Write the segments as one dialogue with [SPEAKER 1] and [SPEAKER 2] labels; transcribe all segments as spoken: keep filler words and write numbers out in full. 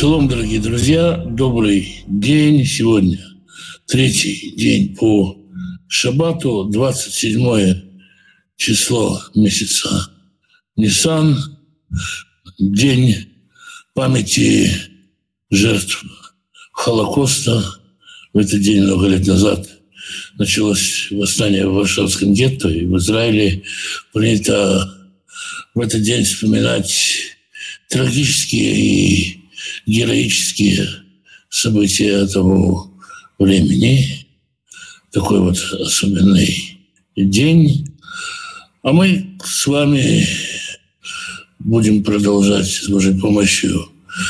[SPEAKER 1] Шалом, дорогие друзья, добрый день. Сегодня третий день по шаббату, двадцать седьмое число месяца Нисан, день памяти жертв Холокоста. В этот день много лет назад началось восстание в Варшавском гетто, и в Израиле принято в этот день вспоминать трагические и героические события того времени. Такой вот особенный день. А мы с вами будем продолжать с Божьей помощью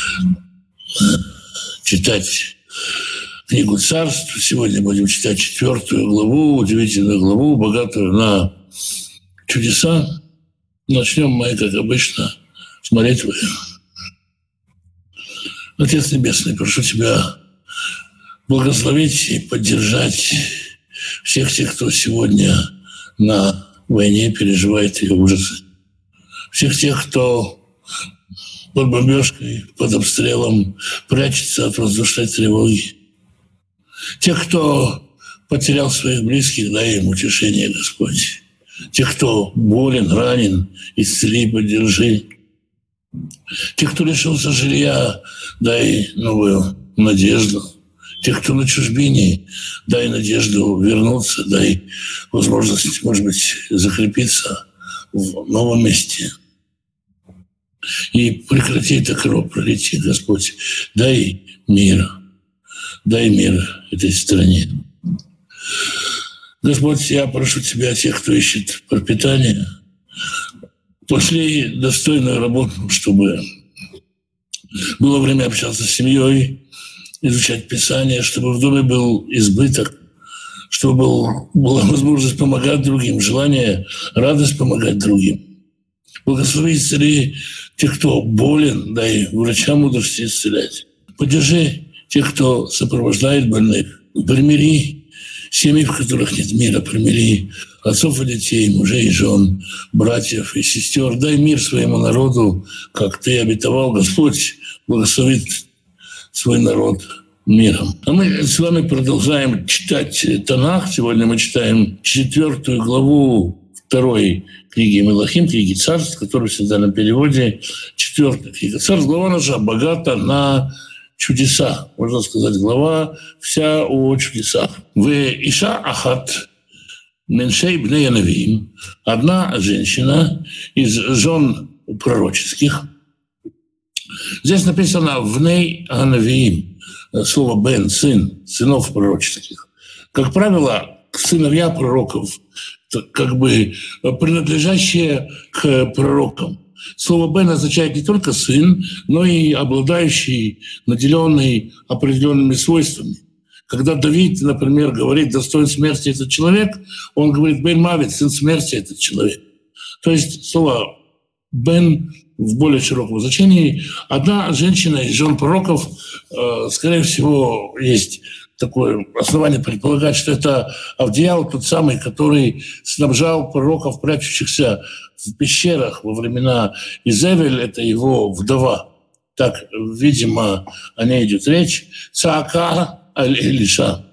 [SPEAKER 1] читать книгу Царств. Сегодня будем читать четвертую главу, удивительную главу, богатую на чудеса. Начнем мы, как обычно, с молитвы. Отец Небесный, прошу Тебя благословить и поддержать всех тех, кто сегодня на войне переживает ее ужасы. Всех тех, кто под бомбежкой, под обстрелом прячется от воздушной тревоги. Тех, кто потерял своих близких, дай им утешение, Господь. Тех, кто болен, ранен, исцели, поддержи. Тех, кто лишился жилья, дай новую надежду. Тех, кто на чужбине, дай надежду вернуться, дай возможность, может быть, закрепиться в новом месте. И прекрати это кровопролитие, Господь. Дай мир, дай мир этой стране. Господь, я прошу Тебя, тех, кто ищет пропитание, пошли достойную работу, чтобы было время общаться с семьей, изучать Писание, чтобы в доме был избыток, чтобы был, была возможность помогать другим, желание, радость помогать другим. Благослови, исцели тех, кто болен, дай врачам мудрости исцелять. Поддержи тех, кто сопровождает больных. Примири семьи, в которых нет мира, примири отцов и детей, мужей и жен, братьев и сестер. Дай мир своему народу, как Ты обетовал, Господь благословит свой народ миром. А мы с вами продолжаем читать Танах. Сегодня мы читаем четвертую главу второй книги Мелахим, книги Царств, которая всегда на переводе. Четвертая книга Царств. Глава наша богата на чудеса. Можно сказать, глава вся о чудесах. «Ве иша ахат меншей бней навиим». Одна женщина из жен пророческих. Здесь написано «вней анавиим». Слово «бен» – сын, сынов пророческих. Как правило, сыновья пророков, как бы принадлежащие к пророкам. Слово «бен» означает не только сын, но и обладающий, наделенный определенными свойствами. Когда Давид, например, говорит «достоин смерти этот человек», он говорит «бен мавит», сын смерти этот человек. То есть слово «бен» в более широком значении. Одна женщина из жен пророков, скорее всего, есть такое основание предполагать, что это Авдияу, тот самый, который снабжал пророков, прячущихся в пещерах во времена Изевель, это его вдова. Так, видимо, о ней идет речь. Цаака аль-Элиша.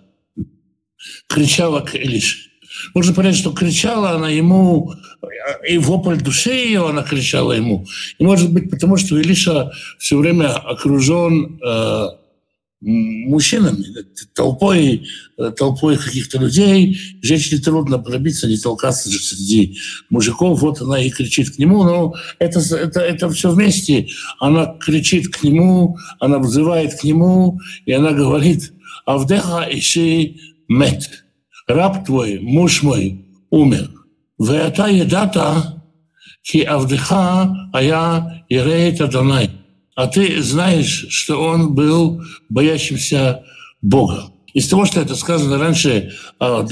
[SPEAKER 1] Кричала к Элише. Можно понять, что кричала она ему, и вопль души ее она кричала ему. И, может быть, потому что Элиша все время окружен э, мужчинами, толпой, толпой каких-то людей. Женщине трудно пробиться, не толкаться же среди мужиков. Вот она и кричит к нему. Но это, это, это все вместе. Она кричит к нему, она взывает к нему, и она говорит «Авдеха иши мет». Раб твой, муж мой, умер. Веата едата, ки авдеха, а я иреет Адонай. А ты знаешь, что он был боящимся Бога. Из того, что это сказано раньше об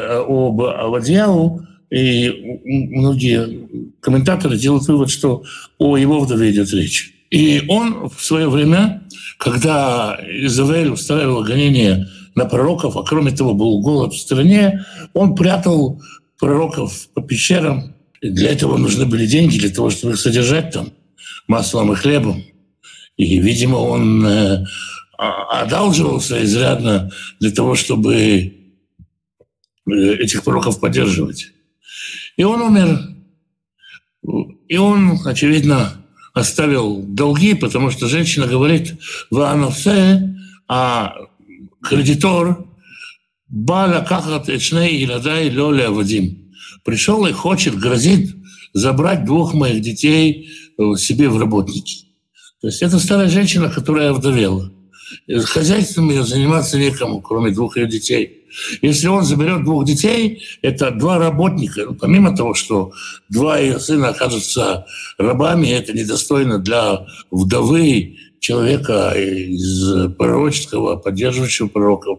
[SPEAKER 1] Авдияу, и многие комментаторы делают вывод, что о его вдове идет речь. И он в свое время, когда Изавель устраивала гонение на пророков, а кроме того был голод в стране, он прятал пророков по пещерам. И для этого нужны были деньги, для того, чтобы их содержать там маслом и хлебом. И И, видимо, он э, одалживался изрядно для того, чтобы этих пророков поддерживать. И он умер. И он, очевидно, оставил долги, потому что женщина говорит «Вааносе», а кредитор «Бала кахат эчней иладай лёля вадим». Пришел и хочет, грозит забрать двух моих детей себе в работники. То есть это старая женщина, которая овдовела. Хозяйством ее заниматься некому, кроме двух ее детей. Если он заберет двух детей, это два работника. Ну, помимо того, что два ее сына окажутся рабами, это недостойно для вдовы человека из пророческого, поддерживающего пророков.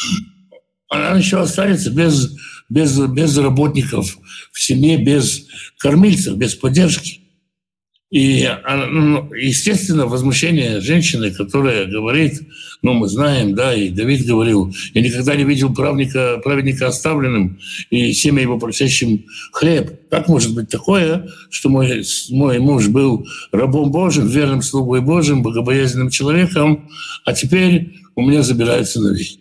[SPEAKER 1] Она еще останется без, без, без работников в семье, без кормильцев, без поддержки. И, естественно, возмущение женщины, которая говорит, ну, мы знаем, да, и Давид говорил, я никогда не видел правника, праведника оставленным и семя его просящим хлеб. Как может быть такое, что мой, мой муж был рабом Божьим, верным слугой Божьим, богобоязненным человеком, а теперь у меня забирают сыновей?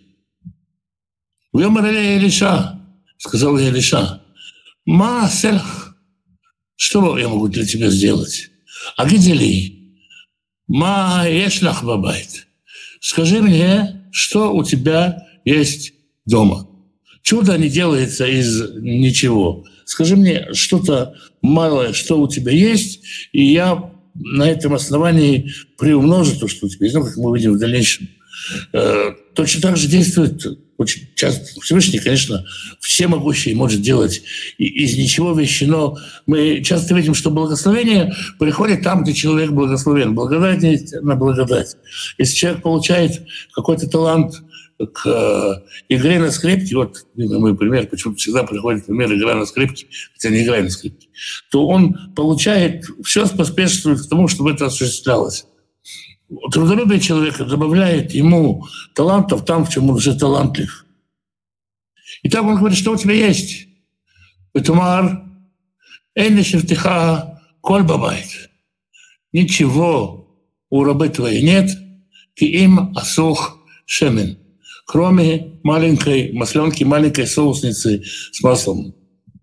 [SPEAKER 1] «Вьомар элей Элиша», — сказал я Элиша, «Ма селх, что я могу для тебя сделать? Агидели, ма ешлах бабайт». Скажи мне, что у тебя есть дома. Чудо не делается из ничего. Скажи мне что-то малое, что у тебя есть, и я на этом основании приумножу то, что у тебя есть. Ну, как мы увидим в дальнейшем. Точно так же действует очень часто Всевышний, конечно, всемогущий, может делать из ничего вещи, но мы часто видим, что благословение приходит там, где человек благословен. Благодать на благодать. Если человек получает какой-то талант к игре на скрипке, вот мой пример, почему-то всегда приходит пример игра на скрипке, хотя не играет на скрипке, то он получает, все способствует к тому, чтобы это осуществлялось. Трудолюбие человека добавляет ему талантов там, в чем он уже талантлив. И так он говорит, что у тебя есть. Бетумар, эйне шефтиха коль бабайт. Ничего у рабы твоей нет, ки им асух шемен. Кроме маленькой масленки, маленькой соусницы с маслом.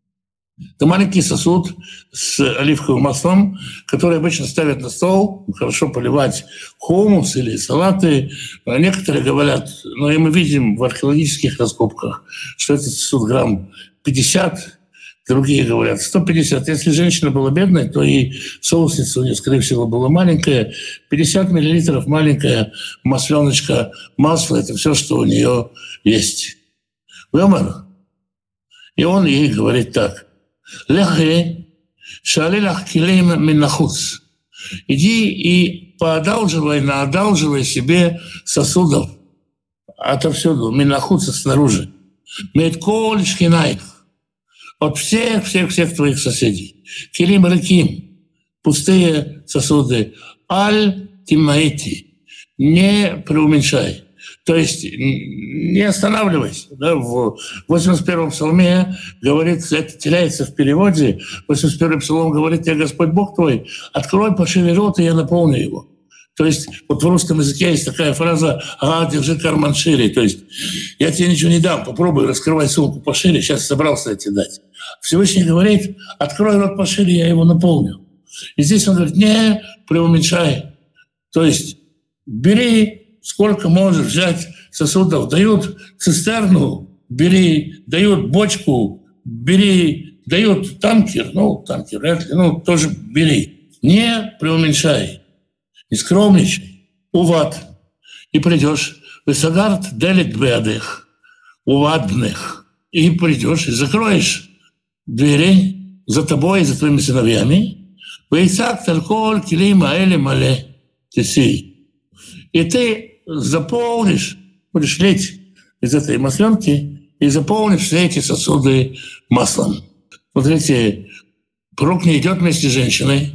[SPEAKER 1] Это маленький сосуд с оливковым маслом, который обычно ставят на стол, хорошо поливать хумус или салаты. Некоторые говорят, но и мы видим в археологических раскопках, что этот сосуд грамм пятьдесят, другие говорят сто пятьдесят. Если женщина была бедной, то и соусница у нее, скорее всего, была маленькая. пятьдесят миллилитров маленькая масленочка масла – это все, что у нее есть. Вемер. И он ей говорит так. Лехи, шалилах килим минахуц. Иди и поодалживай, наодалживай себе сосудов отовсюду, минахуца снаружи. Медколь шхинайх. От всех, всех, всех твоих соседей. Килим реким. Пустые сосуды. Аль тимаити. Не преуменьшай. То есть не останавливайся. Да? В восемьдесят первом псалме говорится, это теряется в переводе, восемьдесят первый псалом говорит: «Я Господь Бог твой, открой пошире рот, и я наполню его». То есть вот в русском языке есть такая фраза: «А, держи карман шире». То есть я тебе ничего не дам, попробуй, раскрывай сумку пошире, сейчас собрался я тебе дать. Всевышний говорит: открой рот пошире, я его наполню. И здесь он говорит: не преуменьшай. То есть бери сколько можешь взять сосудов. Дают цистерну, бери, дают бочку, бери, дают танкер, ну, танкер, вряд ли, ну, тоже бери. Не преуменьшай, не скромничай. Уват. И придешь. Высагарт делит бедых, увадных. И придешь и закроешь двери за тобой и за твоими сыновьями. Вейцак тальколь килима эли мале теси. И ты заполнишь, будешь лить из этой масленки и заполнишь все эти сосуды маслом. Смотрите, пророк не идет вместе с женщиной,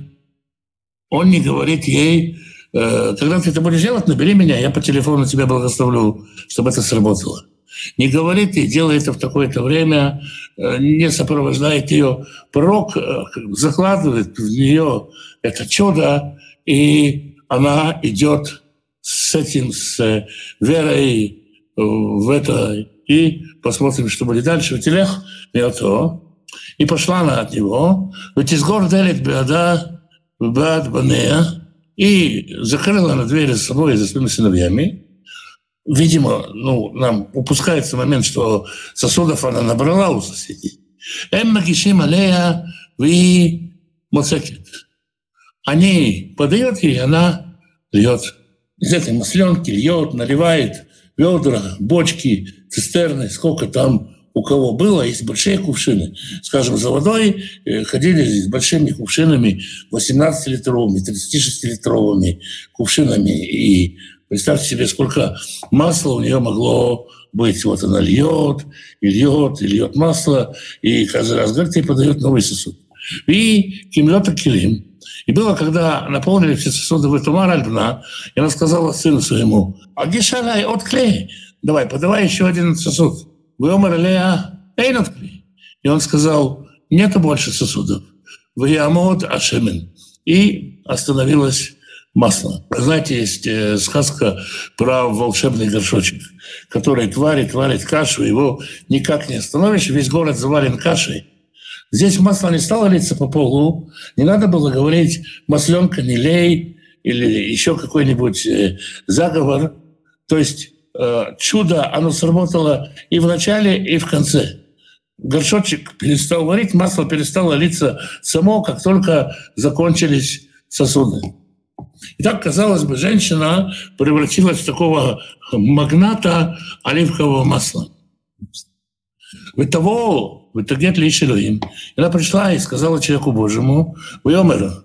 [SPEAKER 1] он не говорит ей: когда ты это будешь делать, набери меня, я по телефону тебя благословлю, чтобы это сработало. Не говорит ей: делай это в такое-то время, не сопровождает ее. Пророк закладывает в нее это чудо, и она идет с этим, с верой в это, и посмотрим, что будет дальше. Ватилех миото, и пошла она от него, ватизгор делет беада беад банея, и закрыла на двери с собой и за своими сыновьями. Видимо, ну, нам упускается момент, что сосудов она набрала у соседей. Эм магишим алея ви моцекет. Они подают ей, она льет. Из этой масленки льет, наливает ведра, бочки, цистерны, сколько там у кого было. Есть большие кувшины. Скажем, за водой ходили с большими кувшинами, восемнадцатилитровыми, тридцатишестилитровыми кувшинами. И представьте себе, сколько масла у нее могло быть. Вот она льет, и льет, и льет масло, и каждый раз говорит, и подает новый сосуд. И кимлёта килим. И было, когда наполнили все сосуды в Тамар аль-Бна, и она сказала сыну своему: «Агишалай, отклей, давай, подавай еще один сосуд». «Вёмар леа, эйн отклей». И он сказал: «Нету больше сосудов». «Вьямот ашемен». И остановилось масло. Знаете, есть э, сказка про волшебный горшочек, который тварит, варит кашу, его никак не остановишь, весь город завален кашей. Здесь масло не стало литься по полу, не надо было говорить «масленка, не лей» или еще какой-нибудь э, заговор. То есть э, чудо, оно сработало и в начале, и в конце. Горшочек перестал варить, масло перестало литься само, как только закончились сосуды. Итак, казалось бы, женщина превратилась в такого магната оливкового масла. В того, в итоге Лишилуим. Она пришла и сказала человеку Божьему, Уйомеру.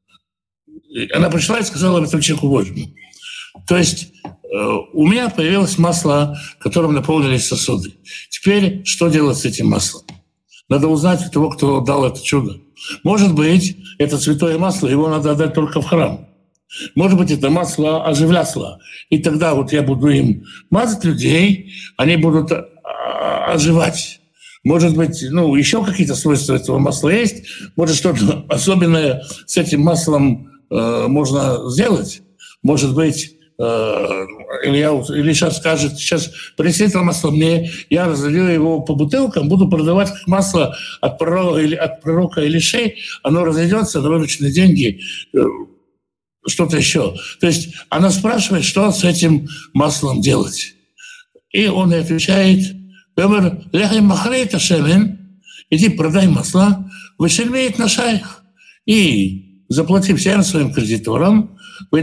[SPEAKER 1] Она пришла и сказала этому человеку Божьему. То есть у меня появилось масло, которым наполнились сосуды. Теперь что делать с этим маслом? Надо узнать у того, кто дал это чудо. Может быть, это святое масло, его надо отдать только в храм. Может быть, это масло оживлясло. И тогда вот я буду им мазать людей, они будут оживать. Может быть, ну, еще какие-то свойства этого масла есть. Может, что-то особенное с этим маслом э, можно сделать. Может быть, э, Илья, Илиша скажет, сейчас принеси это масло мне, я разолью его по бутылкам, буду продавать как масло от пророка, от пророка Илиши, оно разойдется на вырученные деньги, э, что-то еще. То есть она спрашивает, что с этим маслом делать. И он ей отвечает: иди продай масла, вышельмеет на шайх, и заплати всем своим кредиторам,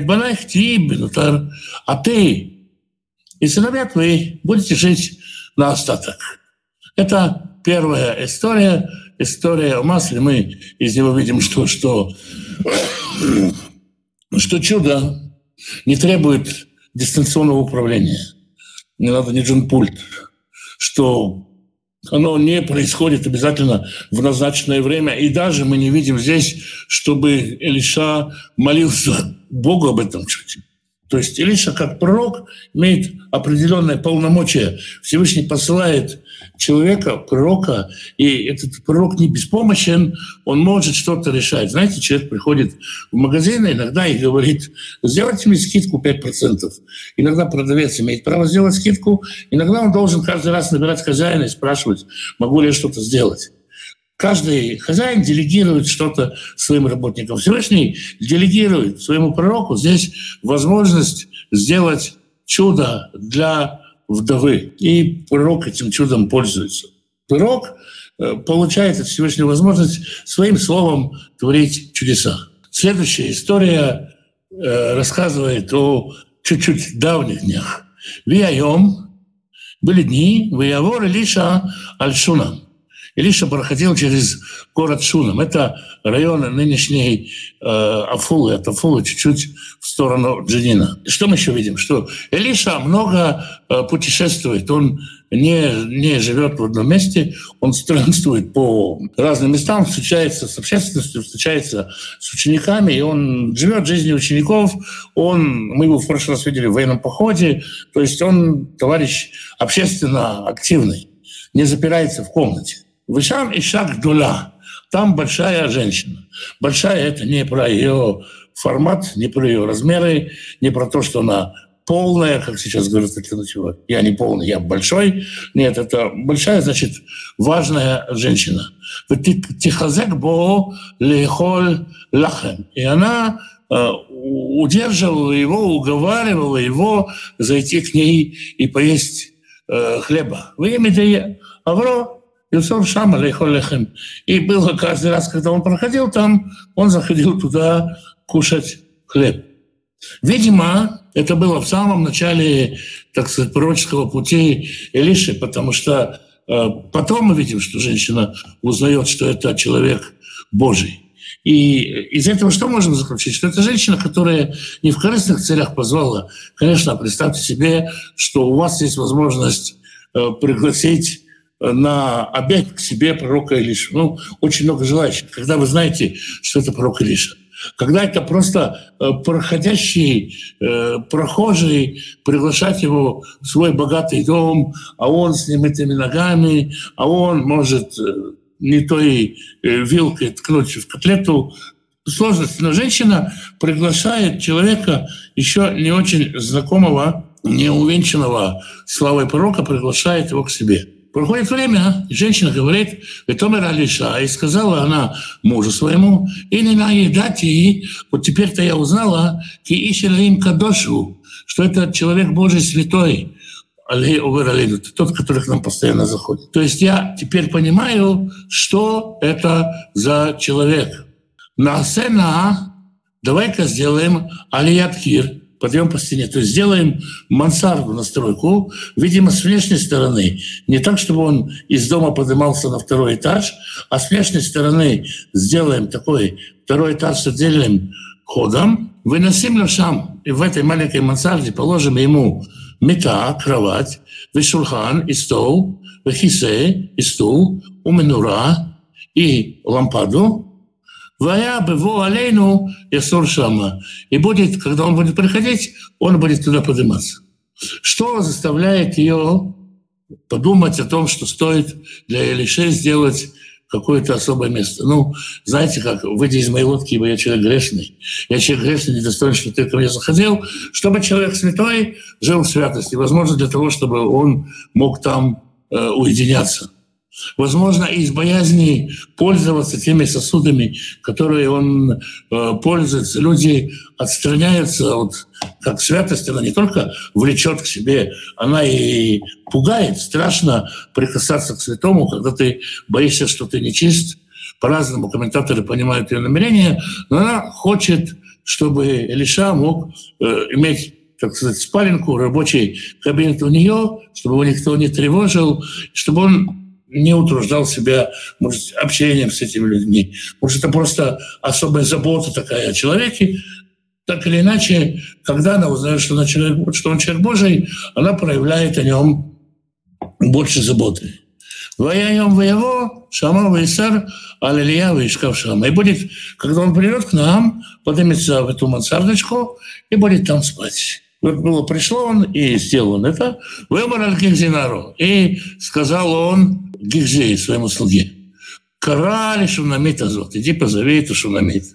[SPEAKER 1] а ты и сыновья твои будете жить на остаток. Это первая история, история о масле. Мы из него видим, что, что, что чудо не требует дистанционного управления. Не надо ни джин-пульт, что оно не происходит обязательно в назначенное время. И даже мы не видим здесь, чтобы Илиша молился Богу об этом чуде. То есть Илиша, как пророк, имеет определенное полномочие. Всевышний посылает человека, пророка, и этот пророк не беспомощен, он может что-то решать. Знаете, человек приходит в магазин иногда и говорит: сделайте мне скидку пять процентов. Иногда продавец имеет право сделать скидку, иногда он должен каждый раз набирать хозяина и спрашивать, могу ли я что-то сделать. Каждый хозяин делегирует что-то своим работникам. Всевышний делегирует своему пророку здесь возможность сделать чудо для вдовы. И пророк этим чудом пользуется. Пророк получает от Всевышнего возможность своим словом творить чудеса. Следующая история рассказывает о чуть-чуть давних днях. Виайом были дни, виявор Илиша аль-Шунам. Илиша проходил через город Шунам. Это район нынешней э, Афулы, от Афулы чуть-чуть в сторону Дженина. Что мы еще видим? Что Илиша много э, путешествует. Он не, не живет в одном месте, он странствует по разным местам, встречается с общественностью, встречается с учениками, и он живет жизнью учеников. Он, мы его в прошлый раз видели в военном походе, то есть он товарищ общественно активный, не запирается в комнате. Вышам и шаг дула. Там большая женщина. Большая — это не про ее формат, не про ее размеры, не про то, что она полная, как сейчас говорят, я не полный, я большой. Нет, это большая, значит, важная женщина. Тихазек бо лехоль лахем. И она э, удерживала его, уговаривала его зайти к ней и поесть э, хлеба. Вы имеете Авро, Юсор Шама лехоль лахем. И было каждый раз, когда он проходил там, он заходил туда кушать хлеб. Видимо, это было в самом начале, так сказать, пророческого пути Элиши, потому что э, потом мы видим, что женщина узнает, что это человек Божий. И из этого что можно заключить? Что это женщина, которая не в корыстных целях позвала. Конечно, представьте себе, что у вас есть возможность э, пригласить на обед к себе пророка Илишу. Ну, очень много желающих. Когда вы знаете, что это пророк Илиша. Когда это просто проходящий, э, прохожий, приглашать его в свой богатый дом, а он с немытыми ногами, а он может не той вилкой ткнуть в котлету. Сложность. Но женщина приглашает человека, еще не очень знакомого, не увенчанного славой пророка, приглашает его к себе. Проходит время, и женщина говорит, «Ветомер Алиша», и сказала она мужу своему, «И не наедать ей, вот теперь-то я узнала, ки ишелаим кадошу, что это человек Божий святой, алей овер алейну, тот, который к нам постоянно заходит». То есть я теперь понимаю, что это за человек. Наасена, давай-ка сделаем алият кир, подъем по стене. То есть сделаем мансарду, настройку, видимо, с внешней стороны. Не так, чтобы он из дома поднимался на второй этаж, а с внешней стороны сделаем такой второй этаж с отдельным ходом. Выносим лошам, и в этой маленькой мансарде положим ему мета, кровать, вешурхан и стол, вехисе и стул, уменура и лампаду. «Вая бево алейну ясор шама». И будет, когда он будет приходить, он будет туда подниматься. Что заставляет ее подумать о том, что стоит для Элише сделать какое-то особое место? Ну, знаете как, выйдя из моей лодки, ибо я человек грешный. Я человек грешный, недостоин, что ты ко мне заходил. Чтобы человек святой жил в святости. Возможно, для того, чтобы он мог там э, уединяться. Возможно, из боязни пользоваться теми сосудами, которые он э, пользуется. Люди отстраняются от... Как святость, она не только влечет к себе, она и пугает. Страшно прикасаться к святому, когда ты боишься, что ты нечист. По-разному комментаторы понимают ее намерения, но она хочет, чтобы Элиша мог э, иметь, так сказать, спаленку, рабочий кабинет у нее, чтобы его никто не тревожил, чтобы он не утруждал себя, может, общением с этими людьми. Может, это просто особая забота такая о человеке. Так или иначе, когда она узнает, что он человек, что он человек Божий, она проявляет о нем больше заботы. «Ваяйом воево, шама ваисар, алилия ваишкав шама». И будет, когда он придет к нам, поднимется в эту мансардочку и будет там спать. Вот было, пришло он и сделал он это. «Вэмар аль-Гигзинару». И сказал он Гигзей, своему слуге, «Карали шунамит азот». Иди позови эту шунамит.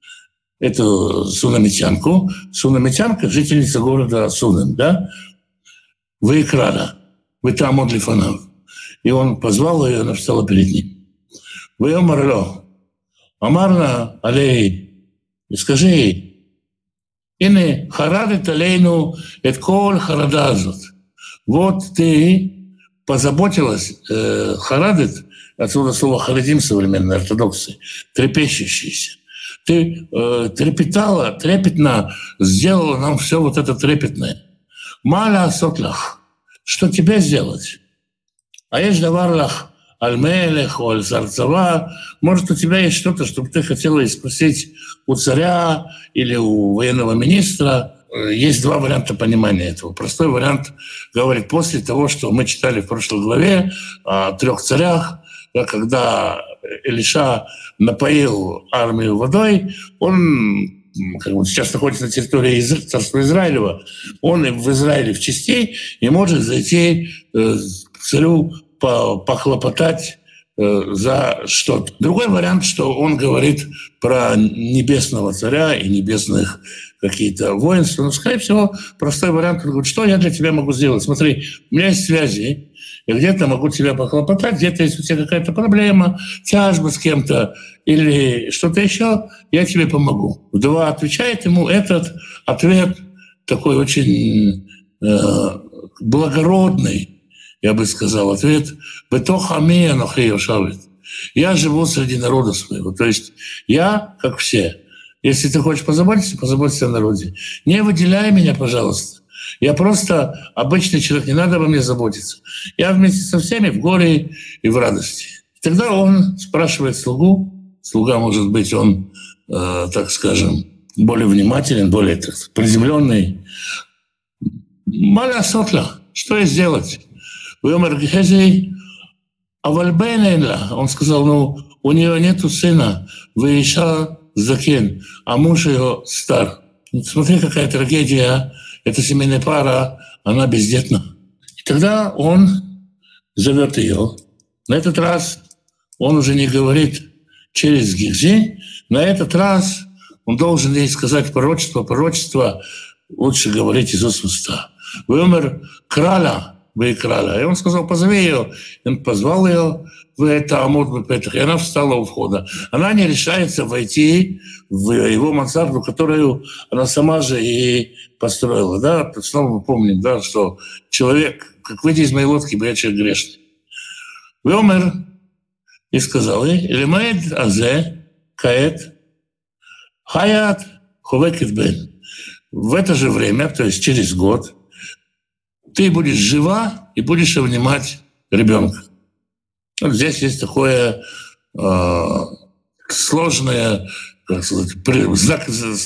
[SPEAKER 1] Эту сунамитянку. Сунамитянка, жительница города Сунам, да? Вы экрана. Вы там от лифанав. И он позвал ее, она встала перед ним. «Вы омарло. Амарна алей». И скажи ей, «Ине харадет алейну эт кол харадазот». Вот ты позаботилась, э, харадет, отсюда слово харадим современной ортодоксы, трепещущийся. Ты э, трепетала, трепетно сделала нам все вот это трепетное. Маля сотлах. Что тебе сделать? А есть даварлах аль-мелех, аль-зарцава. Может, у тебя есть что-то, чтобы ты хотела спросить у царя или у военного министра. Есть два варианта понимания этого. Простой вариант говорит, после того, что мы читали в прошлой главе о трех царях, когда Элиша напоил армию водой, он, как бы сейчас находится на территории царства Израилева, он в Израиле в части и может зайти к царю похлопотать э, за что-то. Другой вариант, что он говорит про небесного царя и небесных какие-то воинства. Но, скорее всего, простой вариант. Он говорит, что я для тебя могу сделать? Смотри, у меня есть связи, я где-то могу тебя похлопотать, где-то есть у тебя какая-то проблема, тяжба с кем-то или что-то еще, я тебе помогу. Вдова отвечает ему. Этот ответ такой очень э, благородный, я бы сказал, ответ «Бетох ами анохи йошавет». Я живу среди народа своего. То есть я, как все. Если ты хочешь позаботиться, позаботься о народе. Не выделяй меня, пожалуйста. Я просто обычный человек, не надо обо мне заботиться. Я вместе со всеми в горе и в радости. Тогда он спрашивает слугу. Слуга, может быть, он, э, так скажем, более внимателен, более так, приземленный. Маля сотла, что ей сделать? Он сказал, ну, у нее нету сына, выезжал закен, а муж ее стар. Смотри, какая трагедия. Эта семейная пара, она бездетна. И тогда он зовет ее. На этот раз он уже не говорит через Гихзи. На этот раз он должен ей сказать пророчество. Пророчество лучше говорить из уст в уста. Вы умер краля, вы краля. И он сказал, позови ее. И он позвал ее в это Амуд Бепетах. И она встала у входа. Она не решается войти в его мансарду, которую она сама же и построила. Да? Снова мы помним, да, что человек, как выйти из моей лодки, бо я человек грешный. Вёмер и сказал ей, «Элемейд азе каэт хаят хувекет бен». В это же время, то есть через год, ты будешь жива и будешь обнимать ребенка. Вот здесь есть такое э, сложное, как сказать, знак,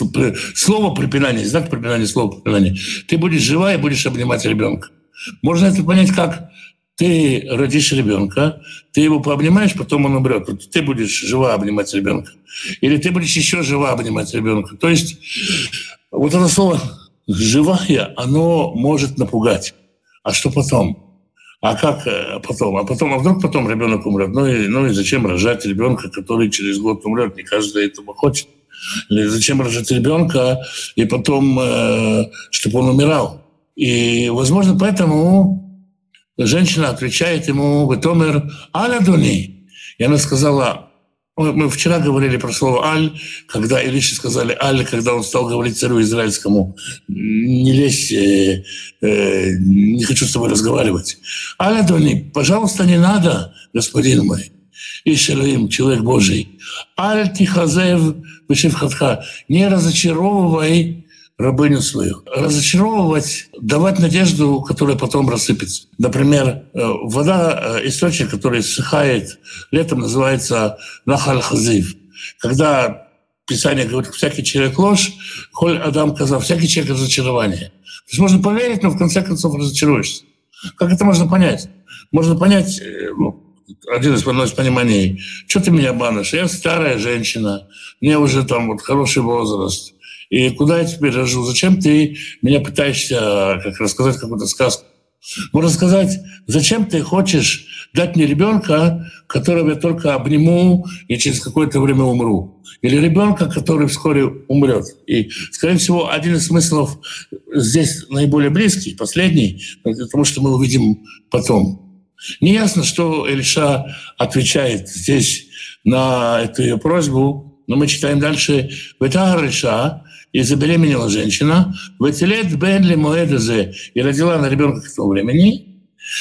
[SPEAKER 1] слово препинания, знак препинания, слово препинания. Ты будешь жива и будешь обнимать ребенка. Можно это понять как: ты родишь ребенка, ты его пообнимаешь, потом он умрет. Вот ты будешь жива обнимать ребенка. Или ты будешь еще жива обнимать ребенка. То есть вот это слово «живая», оно может напугать. А что потом? А как потом? А потом, а вдруг потом ребенок умрет? Ну и, ну и зачем рожать ребенка, который через год умрет? Не каждый этого хочет. Или зачем рожать ребенка и потом, э, чтобы он умирал? И, возможно, поэтому женщина отвечает ему «Витомер аль-Адони». И она сказала, мы вчера говорили про слово «аль», когда Илише сказали «аль», когда он стал говорить царю израильскому: «Не лезь, э, э, не хочу с тобой разговаривать». «Аль-Адони, пожалуйста, не надо, господин мой». Иш Элоим, человек Божий. «Аль тихазев бешевхатха», не разочаровывай рабыню свою. Разочаровывать, давать надежду, которая потом рассыпется. Например, вода, источник, который ссыхает летом, называется нахаль хазив. Когда Писание говорит, всякий человек ложь, холь адам казав, всякий человек разочарование. То есть можно поверить, но в конце концов разочаруешься. Как это можно понять? Можно понять, ну, один из, одно из пониманий: что ты меня обманываешь? Я старая женщина, мне уже там вот хороший возраст. И куда я теперь рожу? Зачем ты меня пытаешься как рассказать какую-то сказку? Можно сказать, зачем ты хочешь дать мне ребенка, которого я только обниму и через какое-то время умру? Или ребенка, который вскоре умрет? И, скорее всего, один из смыслов здесь наиболее близкий, последний, потому что мы увидим потом. Неясно, что Элиша отвечает здесь на эту ее просьбу, но мы читаем дальше. «Ветар Элиша», и забеременела женщина, «Вателет бен ли моэдазе», и родила на ребенка к тому времени,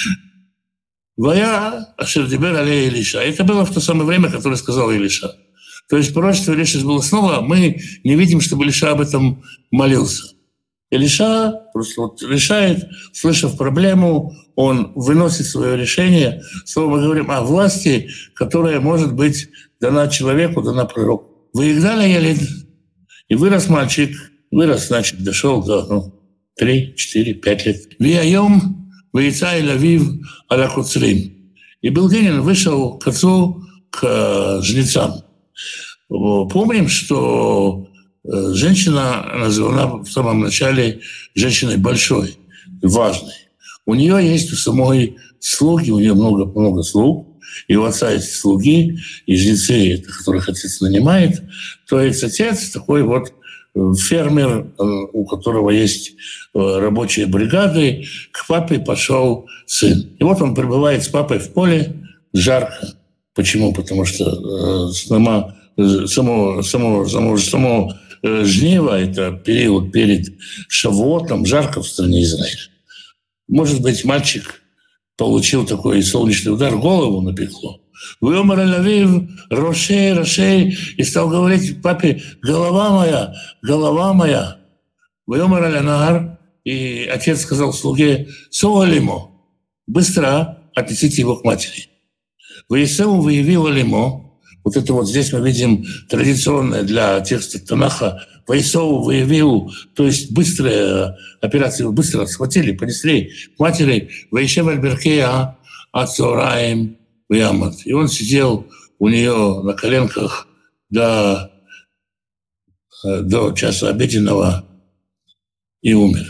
[SPEAKER 1] «Вая ашер дибер алей Илиша». Это было в то самое время, которое сказал Илиша. То есть пророчество Илиши было снова, мы не видим, чтобы Илиша об этом молился. Илиша просто вот решает, слышав проблему, он выносит свое решение. Слово мы говорим о власти, которая может быть дана человеку, дана пророку. «Выигдали ялид». И вырос мальчик, вырос, значит, дошел до ну, три, четыре, пять лет. «Вияйом вейца и лавив аля куцрим». И был день, он вышел к отцу, к жнецам. Помним, что женщина названа в самом начале женщиной большой, важной. У нее есть у самой слуги, у нее много, много слуг. и у отца есть слуги, и жрецы, которых отец нанимает, то есть отец такой вот фермер, у которого есть рабочие бригады, к папе пошел сын. И вот он пребывает с папой в поле, жарко. Почему? Потому что само, само, само, само, само жниво, это период перед Шавуотом, жарко в стране Израиля. Может быть, мальчик получил такой солнечный удар, голову напекло. Вымер Алавив, Рошей, Рошей, и стал говорить папе: голова моя, голова моя. Вымер Алянар, и отец сказал слуге: Соалимо, быстро отнесите его к матери. Ваисеу выявил Алимо. Вот это вот здесь мы видим традиционное для текста Танаха. Ваисеу выявил, то есть быстрая операция, быстро схватили, понесли к матери. Ваишев Альберкея Ацораем Виамат. И он сидел у нее на коленках до, до часа обеденного и умер.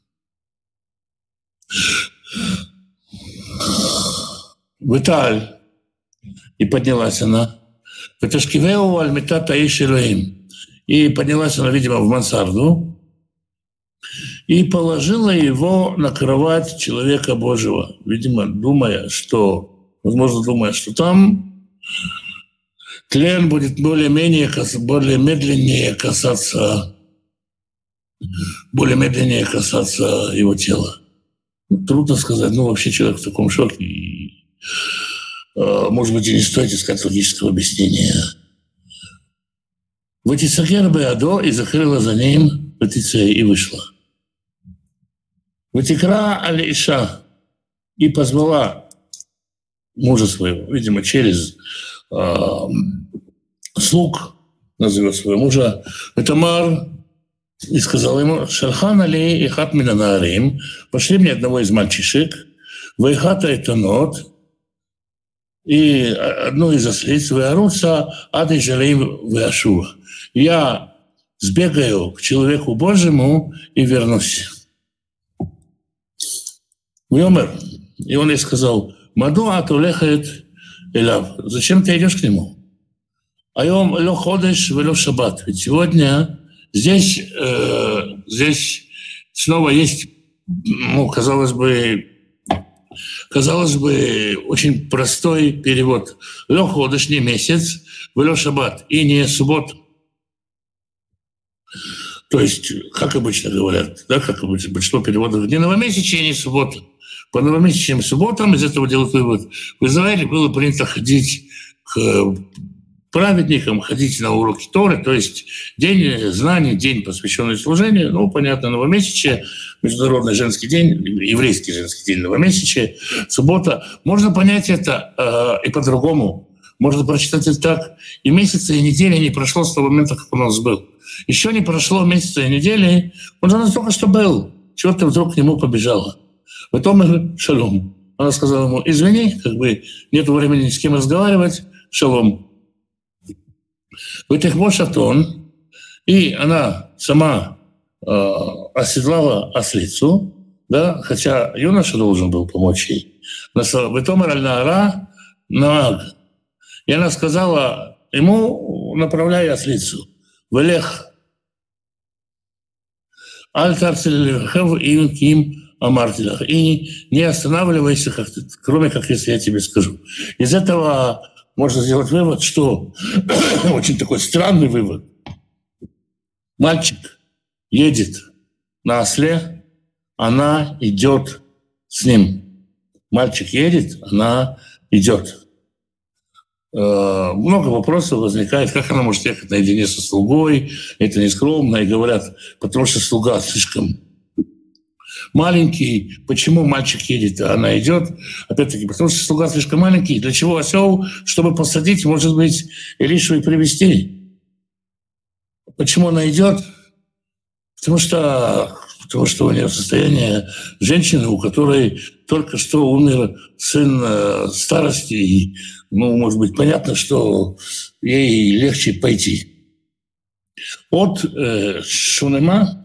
[SPEAKER 1] Виталь. И поднялась она. «Ваташкивеу аль-митат аиш Элоим». И поднялась она, видимо, в мансарду и положила его на кровать человека Божьего, видимо, думая, что, возможно, думая, что там тлен будет более-менее, более медленнее касаться, более медленнее касаться его тела. Трудно сказать, ну, вообще человек в таком шоке. И, может быть, и не стоит искать логического объяснения. Ватисагер Беадо, и закрыла за ним Ватицея и вышла. Ватикра Аль-Иша, и позвала мужа своего, видимо, через э, слуг, назовет своего мужа, Тамар, и сказала ему: Шархан Али и Хат Минанарим, пошли мне одного из мальчишек, Вайхата и Танот, и одну из ослиц, Вайаруца, Ады Жалим Вайашува. Я сбегаю к человеку Божьему и вернусь. Вьомер. И он ей сказал: Маду атулехет элав. Зачем ты идешь к нему? Айом ло ходеш вело шаббат. Ведь сегодня здесь, э, здесь снова есть, ну, казалось бы, казалось бы, очень простой перевод. Ло ходеш, не месяц, вело шаббат, и не суббота. То есть, как обычно говорят, да, как обычно, большинство переводов, не новомесячие, не суббота. По новомесячным субботам из этого делают вывод. В Израиле было принято ходить к праведникам, ходить на уроки Торы, то есть день знаний, день, посвященный служению, ну, понятно, новомесячие, международный женский день, еврейский женский день новомесячие, суббота. Можно понять это э, и по-другому. Можно прочитать это так. И месяца, и недели не прошло с того момента, как он у нас был. Еще не прошло месяца и недели, он же у нас только что был. Чего ты вдруг к нему побежала? Потом шалом. Она сказала ему: извини, как бы нет времени с кем разговаривать, шалом. В этих шатон, и она сама э, оседлала ослицу, да, хотя юноша должен был помочь ей. Вытомер аль-наара нааг. И она сказала ему, направляя ослицу: «Велех, аль-тарцель-лехев им амартилах». И не останавливайся, как ты, кроме как если я тебе скажу. Из этого можно сделать вывод, что очень такой странный вывод. Мальчик едет на осле, она идет с ним. Мальчик едет, она идет. Много вопросов возникает, как она может ехать наедине со слугой, это нескромно, и говорят, потому что слуга слишком маленький. Почему мальчик едет, а она идет? Опять-таки, потому что слуга слишком маленький. Для чего осел? Чтобы посадить, может быть, Илишу и привести. Почему она идет? Потому что, потому что у нее состояние женщины, у которой только что умер сын старости, и, ну, может быть, понятно, что ей легче пойти. От э, Шунема,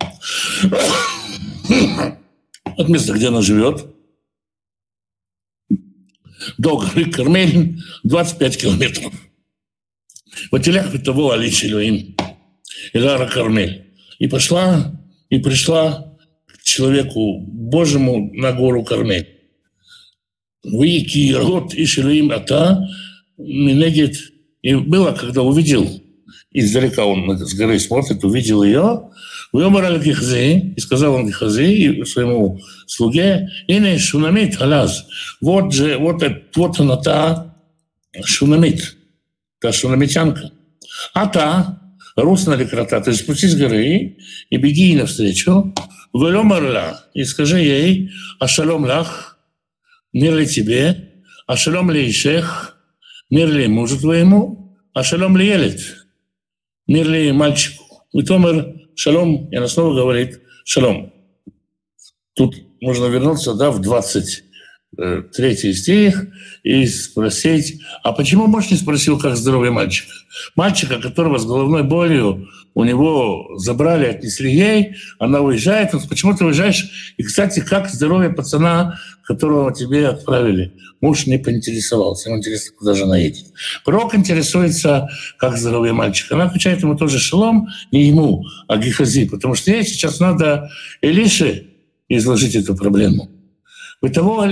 [SPEAKER 1] от места, где она живет, до горы Кармель двадцать пять километров. Ватилях того Алиш Элоим, Элара Кармель. И пошла, и пришла к человеку Божьему на гору Кармель. Вы кирот Иш Элоим ата минегет. И было, когда увидел, издалека он с горы смотрит, увидел ее, и сказал он Гехази своему слуге, «Ине Шунамит халаз». Вот же, вот, вот она та Шунамит, та шунамитянка. А та, русна ликрата, то есть спустись с горы и беги ей навстречу, «Веломарла», и скажи ей, «Ашалом лах», мир ли тебе, «Ашалом ли ишех», мир ли мужу твоему, «Ашалом ли елет», мир ли мальчику. И Томер шалом, и она снова говорит шалом. Тут можно вернуться, да, в двадцать третий стих и спросить, а почему муж не спросил, как здоровье мальчика? Мальчика, которого с головной болью у него забрали, отнесли ей, она уезжает, он, почему ты уезжаешь? И, кстати, как здоровье пацана, которого тебе отправили? Муж не поинтересовался, ему интересно, куда же она едет. Пророк интересуется, как здоровье мальчика. Она отвечает ему тоже шалом, не ему, а Гехази, потому что ей сейчас надо Элише изложить эту проблему. И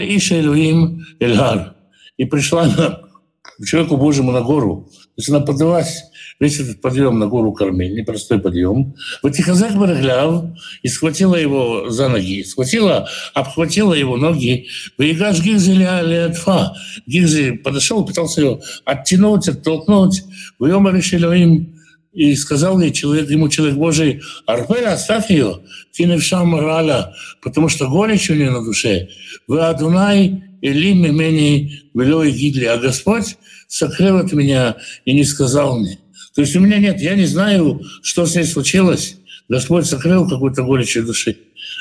[SPEAKER 1] пришла она к человеку Божьему на гору. То есть она поднялась, весь этот подъем на гору Кармель, непростой подъем. Вот Ихазек Барагляв и схватила его за ноги, схватила, обхватила его ноги. Выигаш Гигзи Леатфа. Гигзи подошел, пытался ее оттянуть, оттолкнуть. Выема решили им. И сказал ей человек, ему человек Божий, «Арпеля, оставь ее, киневшам морала, потому что горечь у нее на душе. Вы Адунай, Элим, Мемени, Вело и Гидли, а Господь сокрыл от меня и не сказал мне». То есть у меня нет, я не знаю, что с ней случилось. Господь сокрыл какую-то горечь в душе.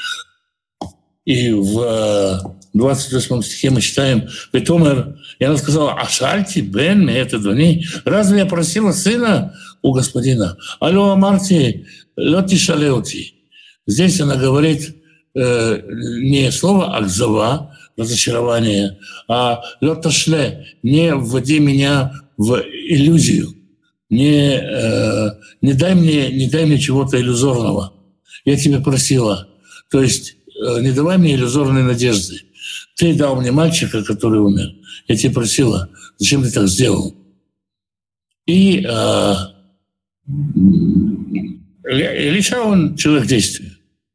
[SPEAKER 1] И в двадцать восьмом стихе мы читаем, «Петомер», и она сказала, «Ашальти, бен, это двони, разве я просила сына у господина? Алло, Амарти, лёти шалеути». Здесь она говорит э, не слово «акзава», разочарование, а «лёташле», не вводи меня в иллюзию, не, э, не, дай мне, не дай мне чего-то иллюзорного. Я тебя просила. То есть не давай мне иллюзорной надежды. Ты дал мне мальчика, который умер. Я тебя просила, зачем ты так сделал? И э, Илиша, он человек действия.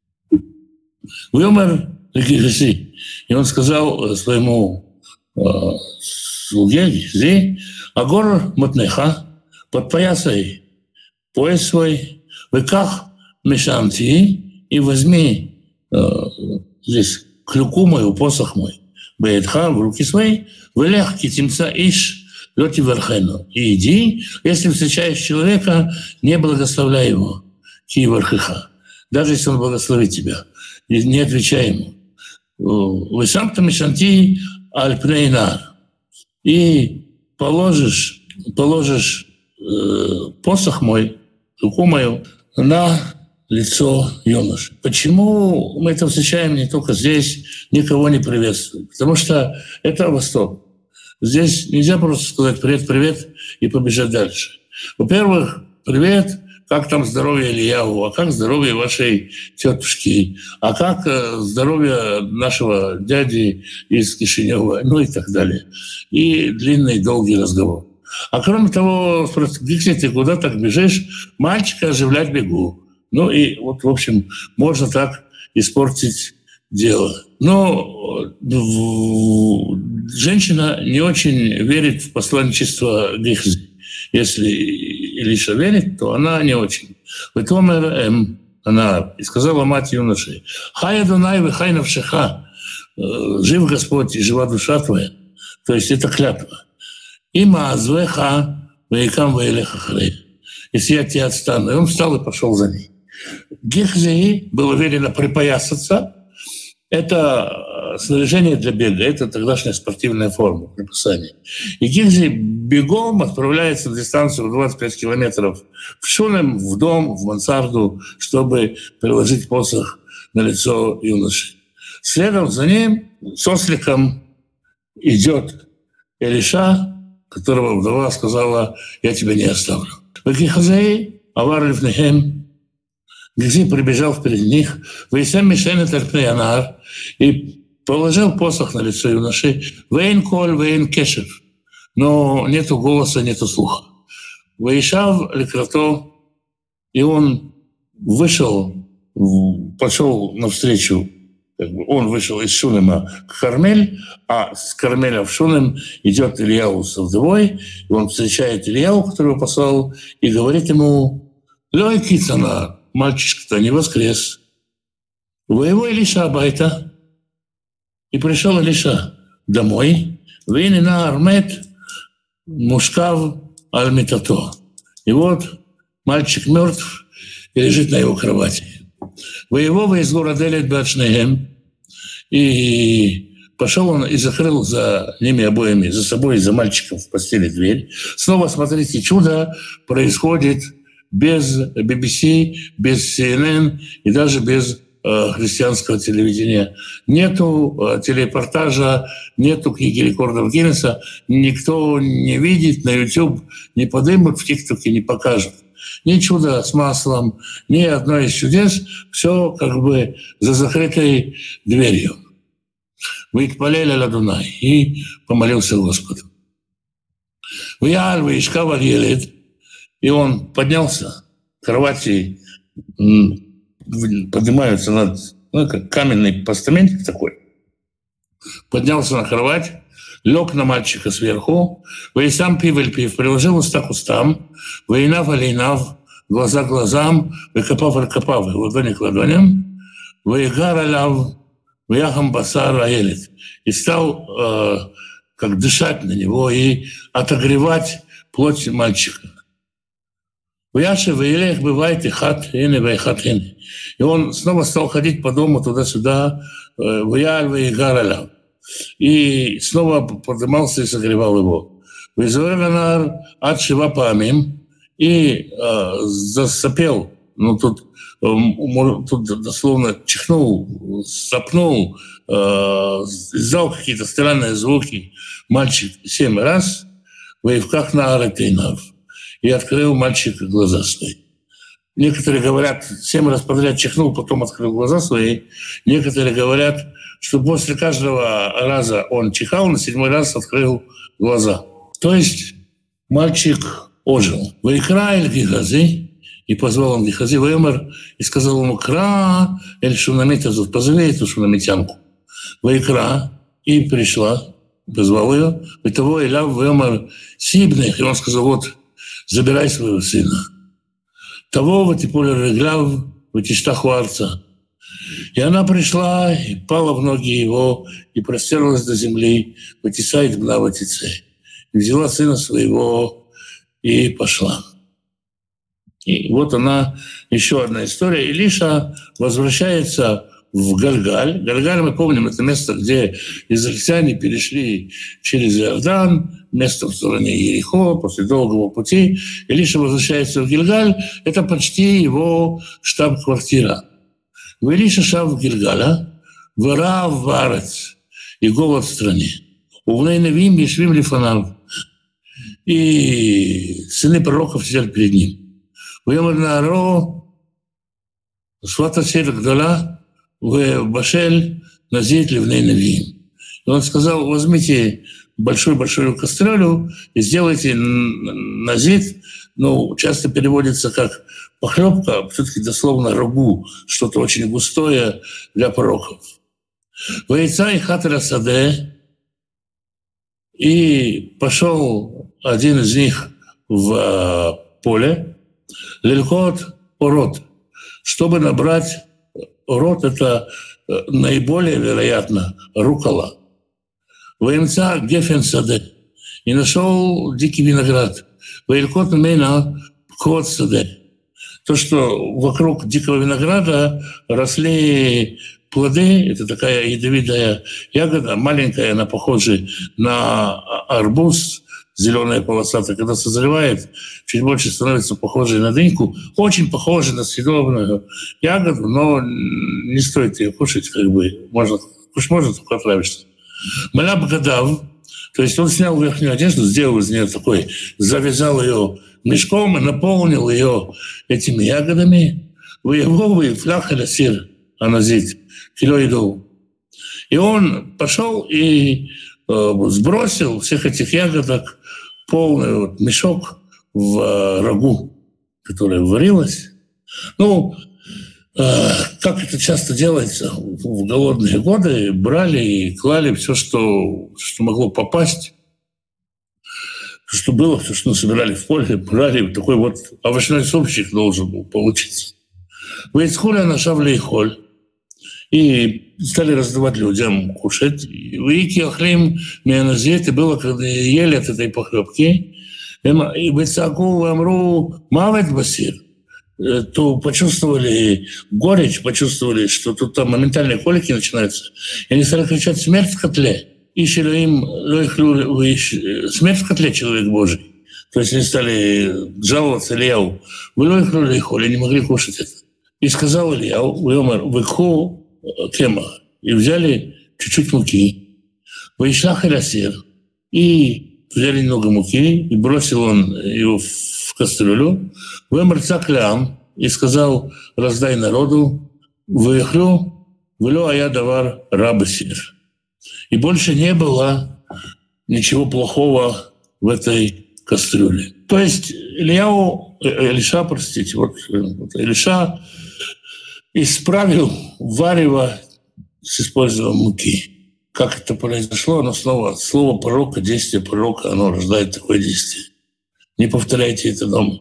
[SPEAKER 1] Умер, и он сказал своему э, слуге Гехази, Агор Мотнеха, подпоясай пояс свой, выках мешанти, и возьми здесь клюку мою, посох мой, бейтха, в руки свои, вылях китимца иш, лёти верхену. И иди, если встречаешь человека, не благословляй его, ки верхиха. Даже если он благословит тебя, не отвечай ему. Вы сам-то мешанти альпнейнар. И положишь, положишь э, посох мой, руку мою на лицо юноши. Почему мы это встречаем не только здесь, никого не приветствуем? Потому что это Восток. Здесь нельзя просто сказать «привет, привет» и побежать дальше. Во-первых, привет, как там здоровье Ильяву, а как здоровье вашей тетушки, а как здоровье нашего дяди из Кишинева, ну и так далее. И длинный, долгий разговор. А кроме того, спросят, где ты, куда так бежишь? Мальчика оживлять бегу. Ну и вот, в общем, можно так испортить дело. Но женщина не очень верит в посланничество Гехази. Если Илиша верит, то она не очень. Вэтомер эм, она и сказала мать юноши, «Хай Адонай вехай навшеха», «Жив Господь и жива душа твоя». То есть это клятва. «Има азвеха вейкам вейлеха хрей». Если я тебя отстану. И он встал и пошел за ней. Гехази было велено припоясаться. Это снаряжение для бега, это тогдашняя спортивная форма припасания. И Гехази бегом отправляется на дистанцию в двадцать пять километров в Шунем, в дом, в мансарду, чтобы приложить посох на лицо юноши. Следом за ним с осликом идет Элиша, которого вдова сказала: «Я тебя не оставлю». Векихазей авар лифнехем. Гези прибежал впереди них, «Вейсем мишен эт аль пней анар», и положил посох на лицо юноши. «Вейн коль, вейн кешев». Но нету голоса, нету слуха. «Вейшав лекрато», и он вышел, пошел навстречу, как бы он вышел из Шунема к Кармель, а с Кармеля в Шунем идет Ильяу со вдовой, и он встречает Ильяу, которого послал, и говорит ему: «Лёй кицана, мальчишка-то не воскрес. Воевой Илиша Абайта». И пришел Илиша домой, «Вейн на армет мушкав аль-митато». И вот мальчик мертв и лежит на его кровати. «Воевого из города Элет Бачнеем». И пошел он и закрыл за ними обоими, за собой и за мальчиком в постели дверь. Снова, смотрите, чудо происходит без би би си, без си эн эн и даже без э, христианского телевидения. Нету э, телерепортажа, нету книги рекордов Гиннесса, никто не видит, на YouTube не поднимут, в ТикТоке не покажут. Ни чудо с маслом, ни одно из чудес, все как бы за закрытой дверью. «Ваикпалель аль Адунай», и помолился Господу. «Вяаль ваишкав аль елед», и он поднялся, кровати поднимаются над, ну, как каменный постаментик такой, поднялся на кровать, лег на мальчика сверху, «Ваисам пив эль пив», приложил уста к устам, «Ваинав алейнав», глаза глазам, «Ваикапав аль капав», ладони к ладоням, «Ваигар аляв», «Ваяхам басар аэлит», и стал э, как дышать на него и отогревать плоть мальчика. «Ваяши ваилех бывает и хат хене вайхат хене». И он снова стал ходить по дому туда-сюда, «Ваяль ваигар аляв». И снова поднимался и согревал его. «Визуэганар ад шива памим», и э, засопел, ну тут, э, тут дословно чихнул, сопнул, э, издал какие-то странные звуки мальчик семь раз, «Ваевках на аратейнав», и открыл мальчик глаза свои. Некоторые говорят, семь раз подряд чихнул, потом открыл глаза свои. Некоторые говорят, что после каждого раза он чихал, на седьмой раз открыл глаза. То есть мальчик ожил. «Ваикра эль Гихази», и позвал он Гихази, «Ваэмер», и сказал ему: «Кра эль Шунамитазу», позови эту шунамитянку. «Ваикра», и пришла, позвал ее, и того Эляв Ваэмер Сибных, и он сказал: «Вот, забирай своего сына». Того ватиполя регляв ватиштаху арца. И она пришла, и пала в ноги его, и простерлась до земли, ватисает бна ватице. И взяла сына своего и пошла. И вот она, еще одна история. Илиша возвращается в Гальгаль. Гальгаль, мы помним, это место, где израильтяне перешли через Иордан, место в стороне Ерихо, после долгого пути. Илиша возвращается в Гильгаль. Это почти его штаб-квартира. В Илиша шав в Гильгаля, вара в варец, и голод в стране. Увней навим ешвим лифанав. И сыны пророков сидят перед ним. Вемер наро свата сель гдала в башель назит ливней навим. И он сказал: возьмите большую-большую кастрюлю и сделайте назит. Ну, часто переводится как похлебка, все-таки дословно рагу, что-то очень густое для пророков. Вейца и хатра саде, и пошел один из них в поле, лелькот орот, чтобы набрать орот, это наиболее вероятно рукола. Веймца гефен саде, и нашел дикий виноград. Вейлькот мейна кот саде. То, что вокруг дикого винограда росли плоды, это такая ядовитая ягода, маленькая, она похожа на арбуз, зеленая полосатая, когда созревает, чуть больше становится похожей на дыньку, очень похожа на съедобную ягоду, но не стоит ее кушать, как бы, можно, кушать можно, только отравишься. Маляб гадав, То есть он снял верхнюю одежду, сделал из нее такой, завязал ее мешком и наполнил ее этими ягодами. Воевовый флях или сир аназит, кило еду. И он пошел и э, сбросил всех этих ягодок полный вот мешок в э, рагу, которая варилась. Ну, э, как это часто делается в голодные годы, брали и клали все, что, что могло попасть, что было, все, что собирали в поле, брали. Такой вот овощной супчик должен был получиться. Вейцхуля нашавли и холь. И стали раздавать людям кушать. Вики охлим мианазет, и было, когда ели от этой похлебки, и бецаку амру мавет басир, то почувствовали горечь, почувствовали, что тут там моментальные колики начинаются, и они стали кричать «Смерть в котле!» Ищи им смерть в котле, человек Божий. То есть они стали жаловаться Ильяу. Вы лойхнули их, они не могли кушать это. И сказал Ильяу, «Выкху кема», и взяли чуть-чуть муки. «Вайшлах эласир», и взяли немного муки, и бросил он его в кастрюлю. «Вэмэр цаклям», и сказал, «Раздай народу, выехлю, влю, а я давар рабы сир». И больше не было ничего плохого в этой кастрюле. То есть Ильяу, Илиша, простите, вот, вот Илиша исправил варево с использованием муки. Как это произошло, оно снова, слово пророка, действие пророка, оно рождает такое действие. Не повторяйте это дома.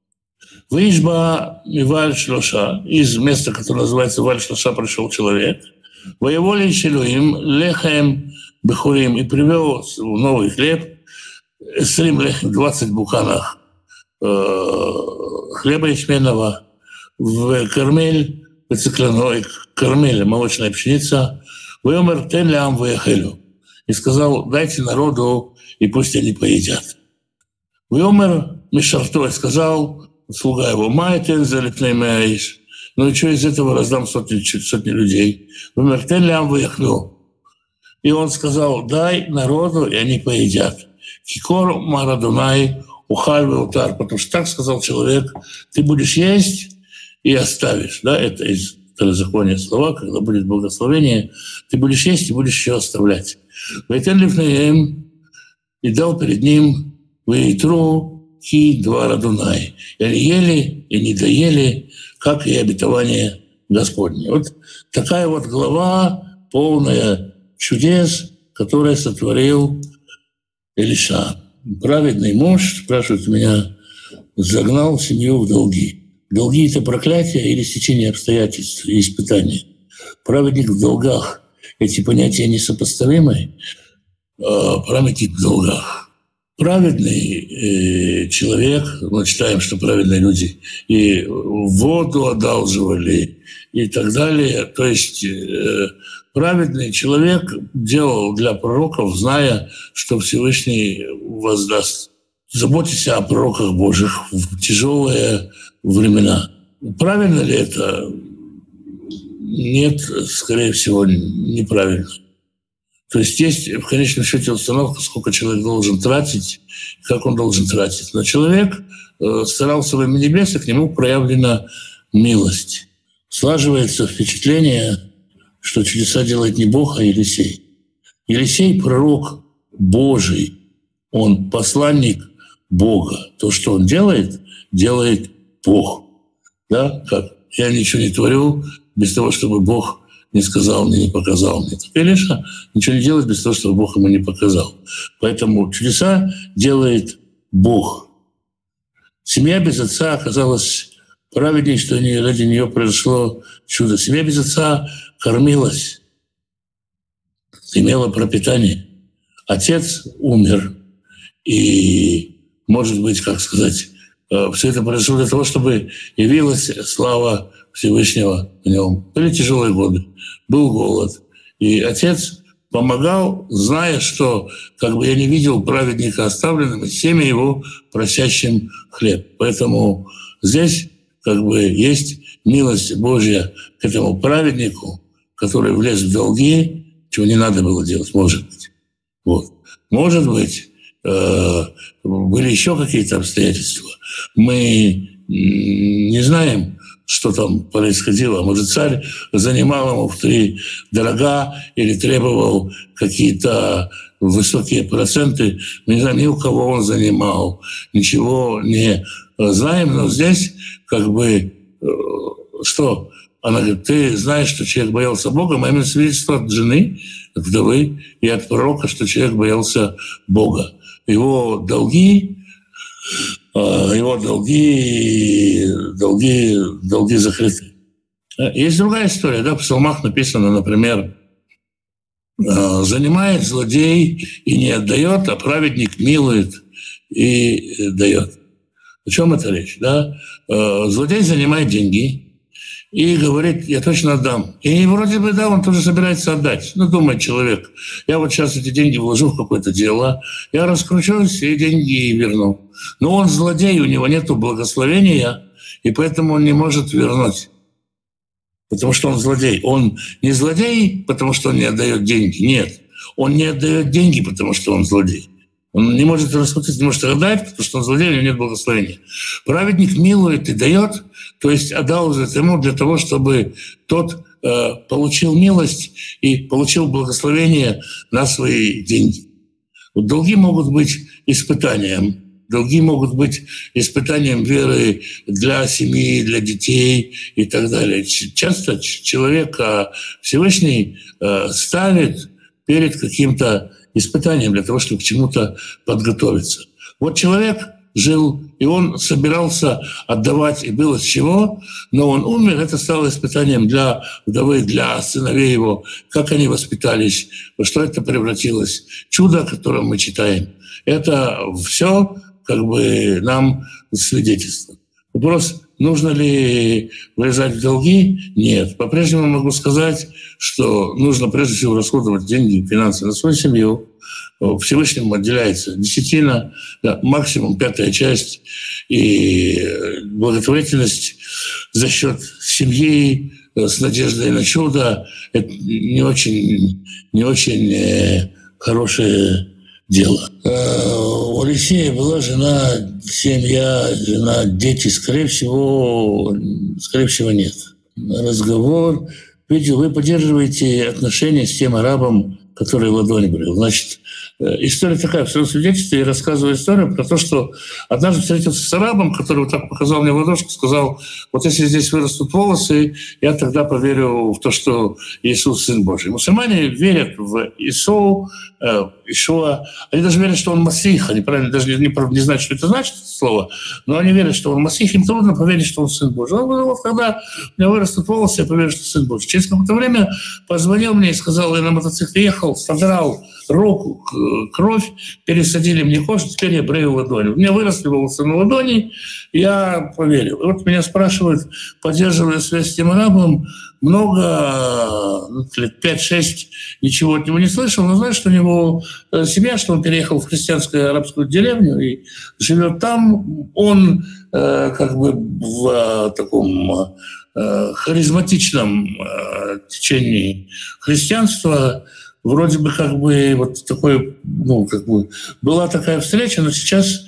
[SPEAKER 1] Выишба и Валь-Шлоша, из места, которое называется Валь-Шлоша, пришел человек, воевали Шилуим, лехаем бехурим, и привел новый хлеб, срим лехем, двадцать буханах э, хлеба ячменного, в кармель, в кармель, молочная пшеница, воемер тен лям ваехелю, и сказал, дайте народу, и пусть они поедят. Воемер мишартой сказал, слуга его, май тен залепней маиш, ну и что из этого раздам сотни, сотни людей? Вымертен лям выехну. И он сказал, дай народу, и они поедят. Кикор марадунай ухаль утар, потому что так сказал человек, ты будешь есть и оставишь. Да, это из второзакония слова, когда будет благословение, ты будешь есть и будешь еще оставлять. Вайтен лифнеем, и дал перед ним вейтру ки два радунай. И они ели, и не доели, как и обетование Господне. Вот такая вот глава, полная чудес, которая сотворил Илиша. Праведный муж, спрашивает меня, загнал семью в долги. Долги – это проклятие или стечение обстоятельств и испытаний. Праведник в долгах – эти понятия несопоставимы. А праведник в долгах. Праведный э, человек, мы читаем, что праведные люди и воду одалживали и так далее. То есть э, праведный человек делал для пророков, зная, что Всевышний воздаст. Заботьтесь о пророках Божьих в тяжелые времена. Правильно ли это? Нет, скорее всего, неправильно. То есть есть в конечном счете установка, сколько человек должен тратить, как он должен тратить. Но человек старался во имя небес, и к нему проявлена милость. Слаживается впечатление, что чудеса делает не Бог, а Елисей. Елисей – пророк Божий, он посланник Бога. То, что он делает, делает Бог. Да? Как? Я ничего не творю без того, чтобы Бог не сказал мне, не показал мне. Так Илиша ничего не делает без того, чтобы Бог ему не показал. Поэтому чудеса делает Бог. Семья без отца оказалась праведней, что ради нее произошло чудо. Семья без отца кормилась, имела пропитание. Отец умер. И, может быть, как сказать, все это произошло для того, чтобы явилась слава Всевышнего в нем. Были тяжелые годы, был голод. И отец помогал, зная, что как бы я не видел праведника оставленным, и семя его просящим хлеб. Поэтому здесь как бы есть милость Божья к этому праведнику, который влез в долги, чего не надо было делать, может быть. Вот. Может быть, были еще какие-то обстоятельства. Мы не знаем, что там происходило. Может, царь занимал ему в три дорога или требовал какие-то высокие проценты. Мы не знаем, ни у кого он занимал, ничего не знаем. Но здесь как бы что? Она говорит, ты знаешь, что человек боялся Бога, а именно свидетельство от жены, от вдовы и от пророка, что человек боялся Бога. Его долги, его долги, долги, долги закрыты. Есть другая история, да, в псалмах написано, например, занимает злодей и не отдает, а праведник милует и дает. О чем это речь? Да? Злодей занимает деньги и говорит, я точно отдам. И вроде бы, да, он тоже собирается отдать. Ну, думает человек, я вот сейчас эти деньги вложу в какое-то дело, я раскручусь и деньги верну. Но он злодей, у него нет благословения, и поэтому он не может вернуть. Потому что он злодей. Он не злодей, потому что он не отдает деньги. Нет. Он не отдает деньги, потому что он злодей. Он не может раскрутиться, не может отдать, потому что он злодей, у него нет благословения. Праведник милует и дает, то есть отдал ему для того, чтобы тот э, получил милость и получил благословение на свои деньги. Вот долги могут быть испытанием. Долги могут быть испытанием веры для семьи, для детей и так далее. Часто человек Всевышний ставит перед каким-то испытанием для того, чтобы к чему-то подготовиться. Вот человек жил, и он собирался отдавать, и было с чего, но он умер, это стало испытанием для вдовы, для сыновей его, как они воспитались, во что это превратилось. Чудо, о котором мы читаем, это все как бы нам свидетельство. Вопрос, нужно ли влезать в долги? Нет. По-прежнему могу сказать, что нужно прежде всего расходовать деньги, финансы на свою семью. Всевышнему отделяется десятина, да, максимум пятая часть, и благотворительность за счет семьи с надеждой на чудо – это не очень, не очень хорошее дело. У Алексея была жена, семья, жена, дети. Скорее всего, скорее всего нет. Разговор. Видите, вы поддерживаете отношения с тем арабом, который ладони брил. Значит, история такая, в своем свидетельстве я рассказываю историю про то, что однажды встретился с арабом, который вот так показал мне ладошку, сказал, вот если здесь вырастут волосы, я тогда поверю в то, что Иисус Сын Божий. Мусульмане верят в Ису, э, Ишуа, они даже верят, что он Масих, они правильно даже не, не, не знают, что это значит, это слово, но они верят, что он Масих, им трудно поверить, что он Сын Божий. Он говорил, вот когда у меня вырастут волосы, я поверю, что Сын Божий. Через какое-то время позвонил мне и сказал, я на мотоцикле ехал, содрал руку, кровь, пересадили мне кожу, теперь я брею ладони. У меня выросли волосы на ладони, я поверил. И вот меня спрашивают, поддерживая связь с тем арабом, много, лет пять-шесть, ничего от него не слышал, но знаю, что у него семья, что он переехал в христианскую арабскую деревню и живет там. Он э, как бы в э, таком э, харизматичном э, течении христианства. Вроде бы как бы вот такой, ну, как бы была такая встреча, но сейчас,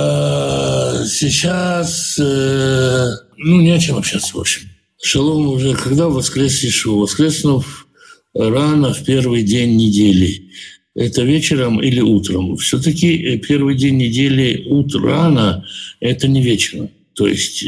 [SPEAKER 1] э, сейчас, э, ну, не о чем общаться, в общем. Шалом уже, когда воскрес Иешуа? Воскреснув рано в первый день недели. Это вечером или утром? Все-таки первый день недели утро рано, это не вечером. То есть,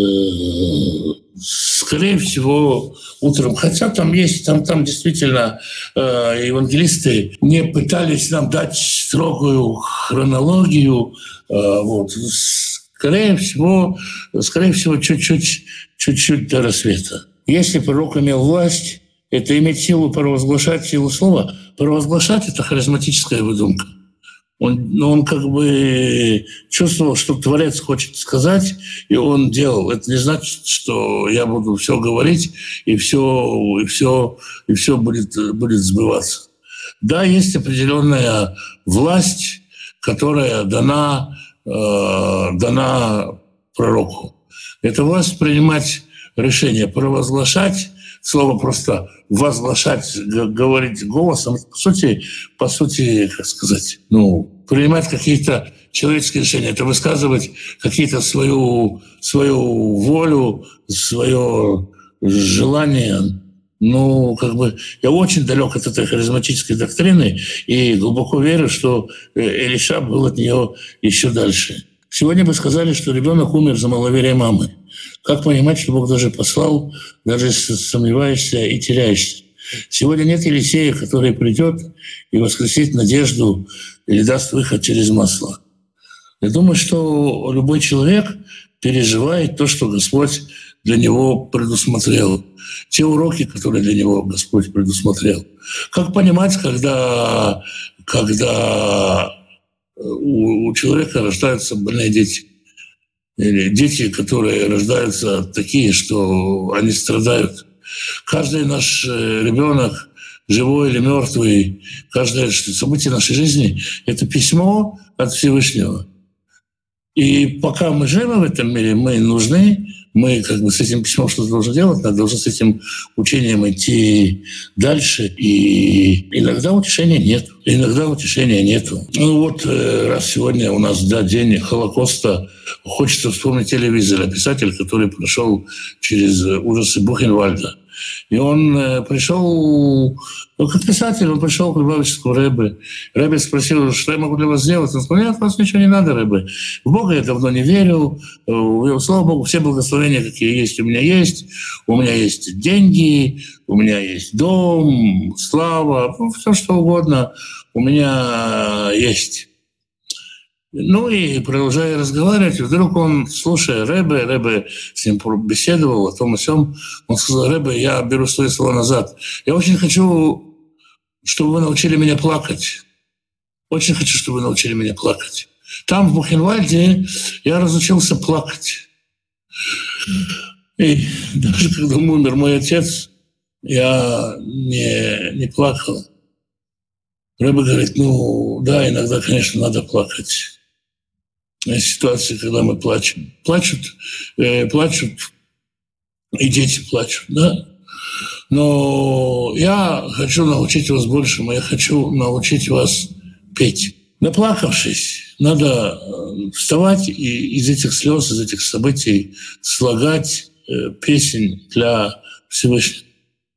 [SPEAKER 1] э, скорее всего, утром. Хотя там есть, там, там действительно э, евангелисты не пытались нам дать строгую хронологию. Э, вот. Скорее всего, скорее всего, чуть-чуть, чуть-чуть до рассвета. Если пророк имел власть, это иметь силу провозглашать силу слова. Провозглашать – это харизматическая выдумка. Он, он как бы чувствовал, что Творец хочет сказать, и он делал. Это не значит, что я буду все говорить, и все, и все, и все будет, будет сбываться. Да, есть определенная власть, которая дана, э, дана пророку. Это власть принимать решения, провозглашать слово просто возглашать, говорить голосом, по сути, по сути, как сказать, ну, принимать какие-то человеческие решения, это высказывать какие-то свою, свою волю, свое желание. Ну, как бы, я очень далек от этой харизматической доктрины и глубоко верю, что Элиша был от нее еще дальше. Сегодня бы сказали, что ребенок умер за маловерие мамы. Как понимать, что Бог даже послал, даже если сомневаешься и теряешься? Сегодня нет Елисея, который придет и воскресит надежду или даст выход через масло. Я думаю, что любой человек переживает то, что Господь для него предусмотрел. Те уроки, которые для него Господь предусмотрел. Как понимать, когда, когда у, у человека рождаются больные дети? Или дети, которые рождаются такие, что они страдают. Каждый наш ребенок, живой или мертвый, каждое событие нашей жизни — это письмо от Всевышнего. И пока мы живы в этом мире, мы нужны, мы как бы с этим письмом что-то должны делать, надо должны с этим учением идти дальше. И иногда утешения нет, иногда утешения нету. Ну вот, раз сегодня у нас, да, день Холокоста, хочется вспомнить Эли Визеля, писатель, который прошел через ужасы Бухенвальда. И он пришел, ну, как писатель, он пришел к Любавическому Ребе. Ребе спросил, что я могу для вас сделать. Он сказал: нет, вас ничего не надо, Ребе. В Бога я давно не верю. Слава Богу, все благословения, какие есть, у меня есть. У меня есть деньги, у меня есть дом, слава, ну, все что угодно у меня есть. Ну и продолжая разговаривать, вдруг он, слушая Ребе, Ребе с ним беседовал о том и сём, он сказал: Ребе, я беру свои слова назад. Я очень хочу, чтобы вы научили меня плакать. Очень хочу, чтобы вы научили меня плакать. Там, в Бухенвальде, я разучился плакать. И даже когда умер мой отец, я не, не плакал. Ребе говорит: ну да, иногда, конечно, надо плакать. Есть ситуации, когда мы плачем. Плачут, э, плачут, и дети плачут, да? Но я хочу научить вас большему, я хочу научить вас петь. Наплакавшись, надо вставать и из этих слез, из этих событий слагать э, песнь для Всевышнего.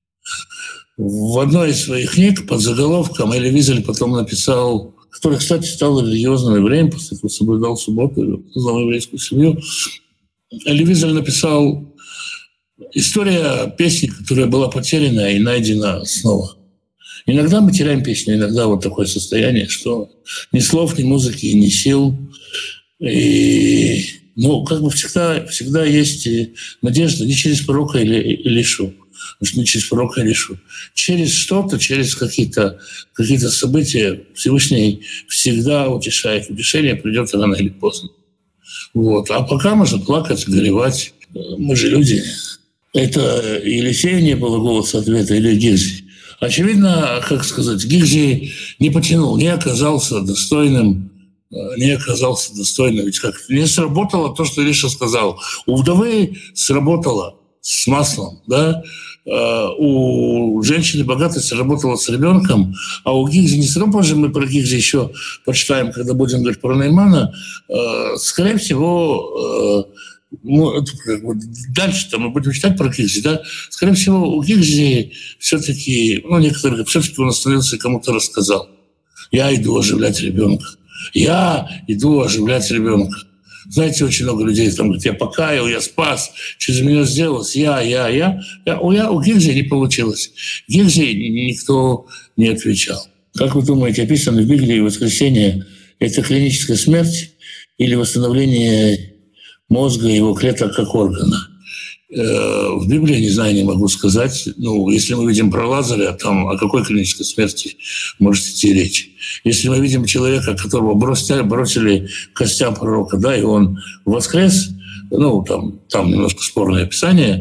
[SPEAKER 1] В одной из своих книг под заголовком Эли Визель потом написал, который, кстати, стал религиозным евреем, после того, соблюдал субботу, создал еврейскую семью. Эли Визель написал история песни, которая была потеряна и найдена снова. Иногда мы теряем песню, иногда вот такое состояние, что ни слов, ни музыки, ни сил. И, ну, как бы всегда, всегда есть надежда не через пророка или Илишу, не через пророка Илишу. Через что-то, через какие-то какие события Всевышний всегда утешает. Утешение придет рано или поздно. Вот. А пока можно плакать, горевать. Мы же люди. Это Елисею не было голоса ответа или Гирзи. Очевидно, как сказать, Гирзи не потянул, не оказался достойным, не оказался достойным. Ведь как не сработало то, что Илиша сказал. У вдовы сработало с маслом, да? У женщины богатой сработало с ребенком, а у Гирзи не сработало. Позже мы про Гирзи еще почитаем, когда будем говорить про Неймана. Скорее всего, ну, как бы, дальше-то мы будем читать про Гирзи, да? Скорее всего, у Гирзи все-таки, ну, некоторые, все-таки он остановился и кому-то рассказал: я иду оживлять ребенка. Я иду оживлять ребенка. Знаете, очень много людей там говорят: я покаял, я спас, через меня сделалось, я, я, я. я у, я у Гирзи не получилось. Гирзи никто не отвечал. Как вы думаете, описано в Библии воскресение — это клиническая смерть или восстановление мозга и его клеток как органа? В Библии, не знаю, не могу сказать. Ну, если мы видим про Лазаря, там о какой клинической смерти может идти речь? Если мы видим человека, которого бросили, бросили к костям пророка, да, и он воскрес, ну, там, там немножко спорное описание,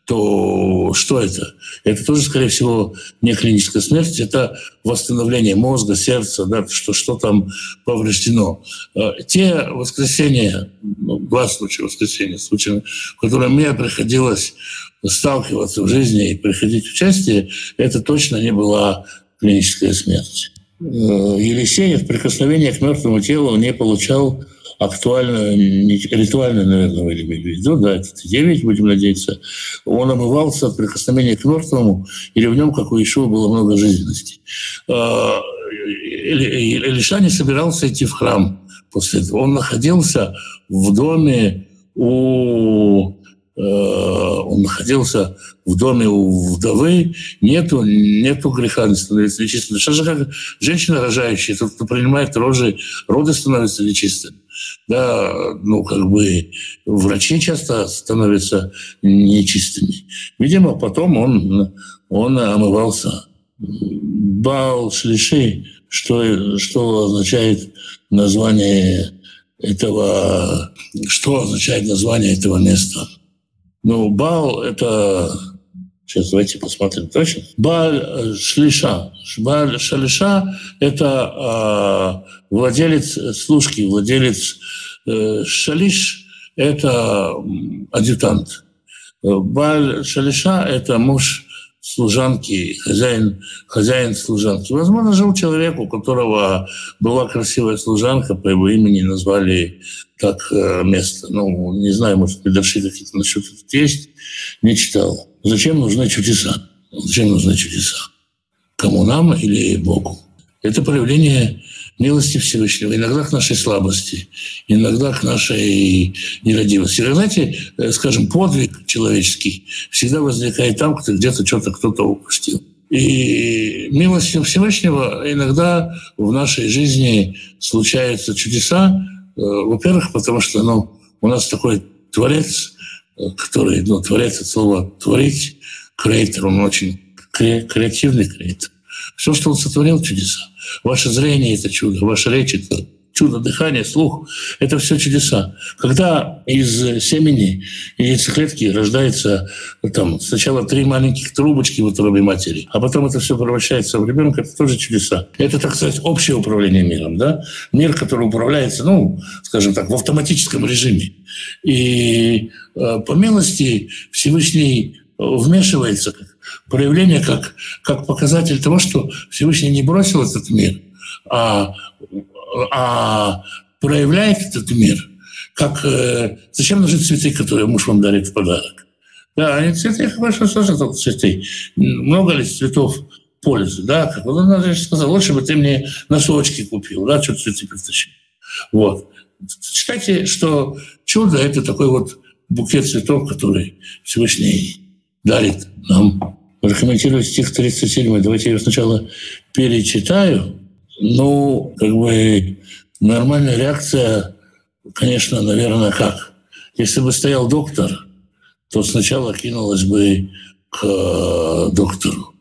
[SPEAKER 1] то что это? Это тоже, скорее всего, не клиническая смерть, это восстановление мозга, сердца, да, что, что там повреждено. Те воскресенья, ну, два случая воскресенья, случаи, в которые мне приходилось сталкиваться в жизни и приходить в участие, это точно не была клиническая смерть. Елисей от прикосновения к мертвому телу не получал актуально, ритуально, наверное, вы имели в виду, да, это девять, будем надеяться, он омывался от прикосновения к мертвому, или в нем, как у Иешуа, было много жизненности. Илиша не собирался идти в храм после этого. Он находился в доме у... Он находился в доме у вдовы, нету, нету греха, не становится нечистым. Что же как женщина рожающая, тот, кто принимает рожи, роды становятся нечистыми. Да, ну, как бы врачи часто становятся нечистыми. Видимо, потом он, он омывался. Баал Шлиши, что, что означает название этого, что означает название этого места? Ну, Баал — это... Сейчас давайте посмотрим точно. Бааль Шлиша. Бааль Шалиша — это э, владелец служки, владелец э, Шалиш — это адъютант. Бааль Шалиша — это муж служанки, хозяин, хозяин служанки. Возможно, жил человек, у которого была красивая служанка, по его имени назвали так место. Ну, не знаю, может, предавшие какие-то насчет этого есть, не читал. Зачем нужны чудеса? Зачем нужны чудеса? Кому, нам или Богу? Это проявление милости Всевышнего, иногда к нашей слабости, иногда к нашей нерадивости. И, знаете, скажем, подвиг человеческий всегда возникает там, где где-то что-то кто-то упустил. И милостью Всевышнего иногда в нашей жизни случаются чудеса, во-первых, потому что ну, у нас такой творец, который, ну, творец от слова «творить», креатор, он очень креативный креатор. Все, что он сотворил, чудеса. Ваше зрение — это чудо, ваша речь — это чудо, дыхание, слух — это все чудеса. Когда из семени и яйцеклетки рождается там, сначала три маленьких трубочки в утробе матери, а потом это все превращается в ребенка, это тоже чудеса. Это, так сказать, общее управление миром. Да? Мир, который управляется, ну, скажем так, в автоматическом режиме. И э, по милости Всевышний вмешивается, как проявление, как, как показатель того, что Всевышний не бросил этот мир, а, а проявляет этот мир. Как, э, зачем нужны цветы, которые муж вам дарит в подарок? Да, они цветы, хорошо, что же тут цветы? Много ли цветов пользы? Да, как он даже сказал, лучше бы ты мне носочки купил, да, что цветы притащил. Вот. Считайте, что чудо — это такой вот букет цветов, который Всевышний дарит нам. Прокомментировать стих тридцать семь. Давайте я его сначала перечитаю. Ну, как бы нормальная реакция, конечно, наверное, как? Если бы стоял доктор, то сначала кинулась бы к доктору.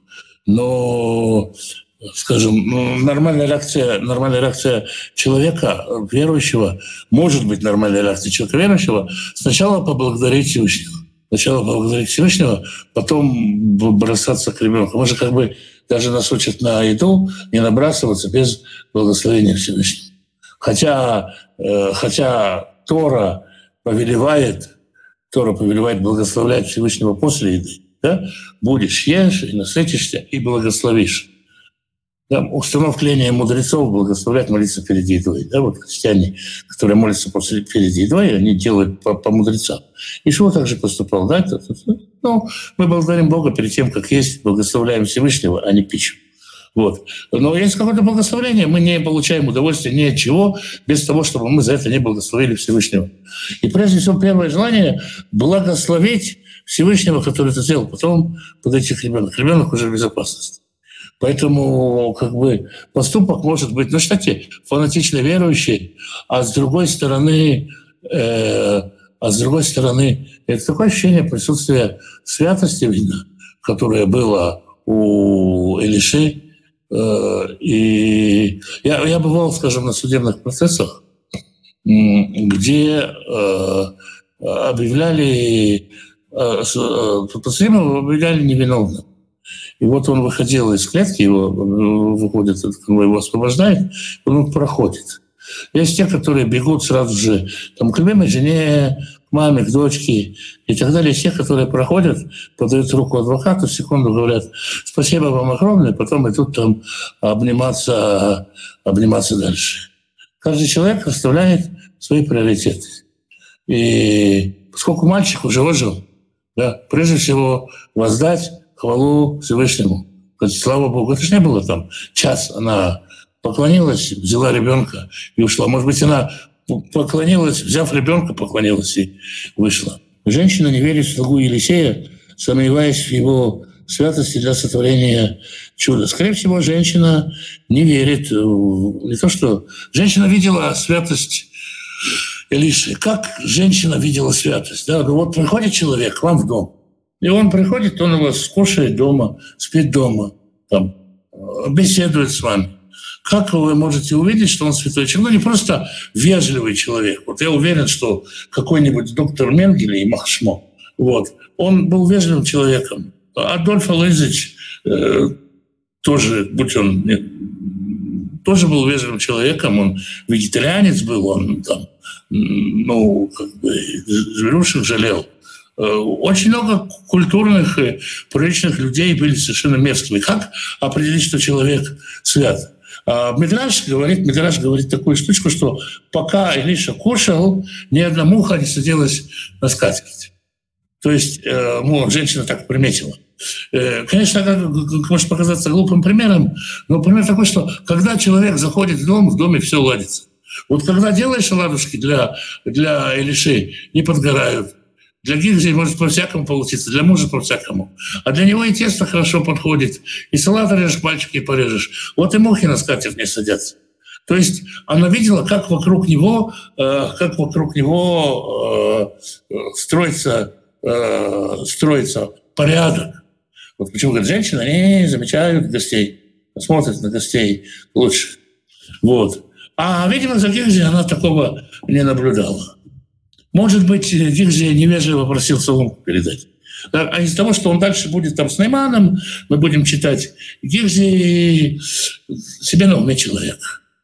[SPEAKER 1] Но, скажем, нормальная реакция, нормальная реакция человека верующего, может быть нормальная реакция человека верующего, сначала поблагодарить Всевышнего. Сначала поблагодарить Всевышнего, потом бросаться к ребенку. Мы же как бы даже нас учат на еду не набрасываться без благословения Всевышнего. Хотя, э, хотя Тора повелевает, Тора повелевает благословлять Всевышнего после еды. Да? Будешь ешь и насытишься, и благословишь. Там установление мудрецов благословлять, молиться перед едой. Да, вот христиане, которые молятся после, перед едой, они делают по, по мудрецам. Ишуа также поступал. Да? Ну, мы благодарим Бога перед тем, как есть, благословляем Всевышнего, а не пищу. Вот. Но есть какое-то благословение, мы не получаем удовольствия ни от чего, без того, чтобы мы за это не благословили Всевышнего. И прежде всего первое желание — благословить Всевышнего, который это сделал, потом подойти к ребенку. Ребенок уже в безопасности. Поэтому как бы поступок может быть, ну, кстати, фанатично верующий, а с другой стороны, э, а с другой стороны, это такое ощущение присутствия святости, видно, которое было у Илиши. Э, и я, я бывал, скажем, на судебных процессах, где э, объявляли подсудимого объявляли невиновным. И вот он выходил из клетки, его выходит, его освобождает, он проходит. Есть те, которые бегут сразу же там, к любимой жене, к маме, к дочке и так далее. Есть те, которые проходят, подают руку адвокату, секунду говорят «спасибо вам огромное», потом идут там обниматься, обниматься дальше. Каждый человек расставляет свои приоритеты. И поскольку мальчик уже ожил, да, прежде всего воздать хвалу Всевышнему. Слава Богу, это же не было там час, она поклонилась, взяла ребенка и ушла. Может быть, она поклонилась, взяв ребенка, поклонилась и вышла. Женщина не верит в слугу Елисея, сомневаясь в его святости для сотворения чуда. Скорее всего, женщина не верит. Не то, что... Женщина видела святость Элиши. Как женщина видела святость? Да, ну вот приходит человек к вам в дом, и он приходит, он у вас кушает дома, спит дома, там, беседует с вами. Как вы можете увидеть, что он святой человек? Ну, не просто вежливый человек. Вот я уверен, что какой-нибудь доктор Менгеле и Махшмо, вот, он был вежливым человеком. Адольф Алойзович э, тоже, будь он, нет, тоже был вежливым человеком, он вегетарианец был, он там, ну, как бы, зверушек жалел. Очень много культурных и приличных людей были совершенно мерзкими. Как определить, что человек свят? Мидраш говорит, Мидраш говорит такую штучку, что пока Илиша кушал, ни одна муха не садилась на скатерть. То есть ну, женщина так приметила. Конечно, это может показаться глупым примером, но пример такой, что когда человек заходит в дом, в доме все ладится. Вот когда делаешь оладушки для, для Илиши, не подгорают. Для Гильзи может по-всякому получиться, для мужа по-всякому. А для него и тесто хорошо подходит, и салат режешь, пальчики порежешь. Вот и мухи на скатерть не садятся. То есть она видела, как вокруг него, э, как вокруг него э, строится, э, строится порядок. Вот почему, говорят, женщины, они замечают гостей, смотрят на гостей лучше. Вот. А, видимо, за Гильзи она такого не наблюдала. Может быть, Гильзи невежливо просил соломку передать. А из-за того, что он дальше будет там с Нейманом, мы будем читать, Гильзи себе на уме человек.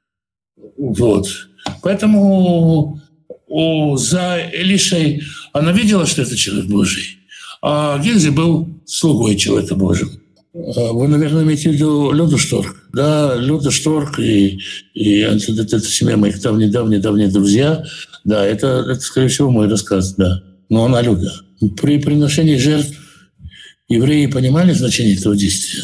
[SPEAKER 1] Вот. Поэтому у, за Элишей она видела, что это человек Божий, а Гильзи был слугой человека Божьего. Вы, наверное, имеете в виду Люду Шторк. Да, Люда Шторк и, и это, это семья моих там недавние-давние друзья. Да, это, это, скорее всего, мой рассказ, да. Но она Люда. При приношении жертв евреи понимали значение этого действия?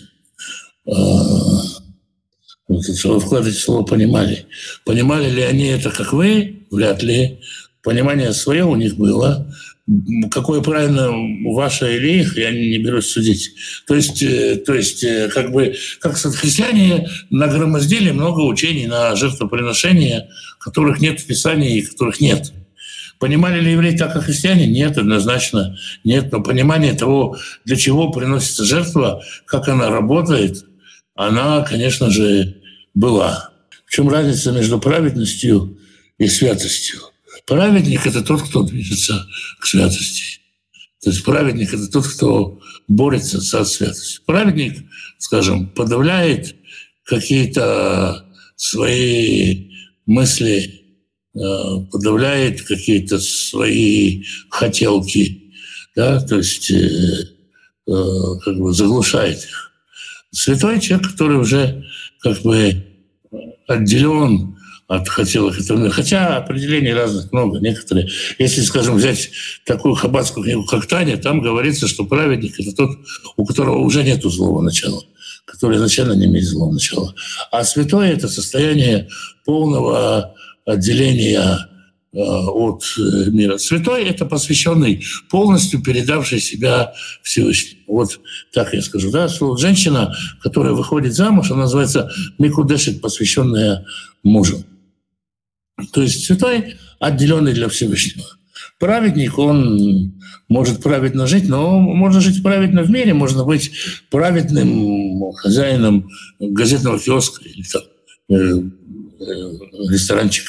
[SPEAKER 1] Вы вкладываете слово «понимали». Понимали ли они это, как вы? Вряд ли. Понимание свое у них было. Какое правильно ваше или их, я не берусь судить. То есть, то есть как бы, как христиане нагромоздили много учений на жертвоприношения, которых нет в Писании и которых нет. Понимали ли евреи так, как христиане? Нет, однозначно нет. Но понимание того, для чего приносится жертва, как она работает, она, конечно же, была. В чем разница между праведностью и святостью? Праведник — это тот, кто движется к святости. То есть праведник — это тот, кто борется со святостью. Праведник, скажем, подавляет какие-то свои мысли, подавляет какие-то свои хотелки, да, то есть как бы заглушает их. Святой человек, который уже как бы отделен от хотелок этого мира. Хотя определений разных много. Некоторые, если, скажем, взять такую хаббатскую книгу, как Таня, там говорится, что праведник — это тот, у которого уже нет злого начала, который изначально не имеет злого начала. А святое — это состояние полного отделения э, от мира. Святой — это посвященный, полностью передавший себя Всевышнему. Вот так я скажу. Да? Женщина, которая выходит замуж, она называется микудешет, посвященная мужу. То есть святой, отделенный для Всевышнего. Праведник, он может праведно жить, но можно жить праведно в мире, можно быть праведным хозяином газетного киоска или там, э, э, ресторанчика.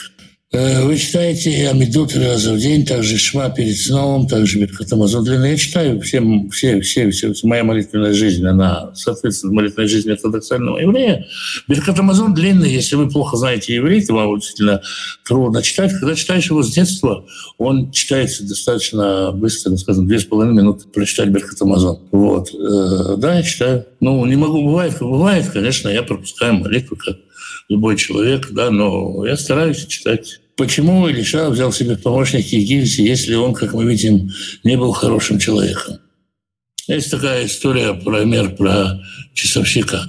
[SPEAKER 1] Вы читаете Амиду три раза в день, также Шма перед сном, также Беркат Хамазон длинный. Я читаю всем, все, все, все, моя молитвенная жизнь, она соответствует молитвенной жизни ортодоксального еврея. Беркат Хамазон длинный, если вы плохо знаете еврей, то вам действительно трудно читать. Когда читаешь его с детства, он читается достаточно быстро, скажем, две с половиной минуты прочитать Беркат Хамазон. Вот. Да, я читаю. Ну, не могу, бывает, как бывает, конечно, я пропускаю молитву, как любой человек, да, но я стараюсь читать. Почему Илиша взял себе в помощники Гильзи, если он, как мы видим, не был хорошим человеком? Есть такая история, пример про часовщика.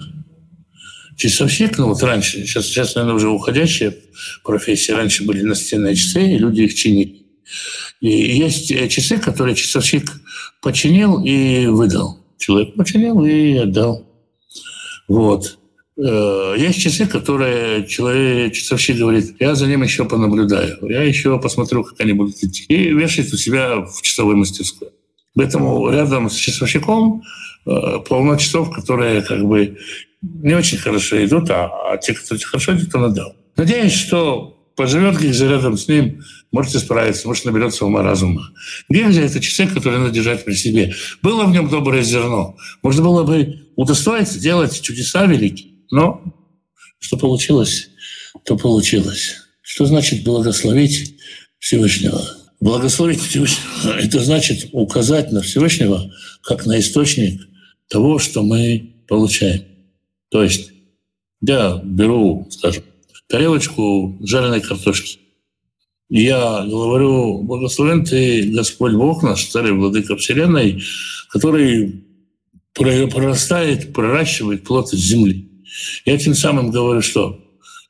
[SPEAKER 1] Часовщик, ну вот раньше, сейчас, сейчас, наверное, уже уходящая профессия, раньше были настенные часы, и люди их чинили. И есть часы, которые часовщик починил и выдал. Человек починил и отдал. Вот. Есть часы, которые человек, часовщик говорит, я за ним еще понаблюдаю, я еще посмотрю, как они будут идти, и вешает у себя в часовой мастерской. Поэтому рядом с часовщиком полно часов, которые как бы не очень хорошо идут, а, а те, кто хорошо идут, он отдал. Надеюсь, что поживет Гильза рядом с ним, можете справиться, может, наберется ума разума. Гильза — это часы, которые надо держать при себе. Было в нем доброе зерно. Можно было бы удостоиться делать чудеса великие. Но что получилось, то получилось. Что значит благословить Всевышнего? Благословить Всевышнего — это значит указать на Всевышнего как на источник того, что мы получаем. То есть я беру, скажем, тарелочку жареной картошки. И я говорю, благословен ты, Господь Бог наш, Царь и Владыка Вселенной, который прорастает, проращивает плод из земли. Я тем самым говорю, что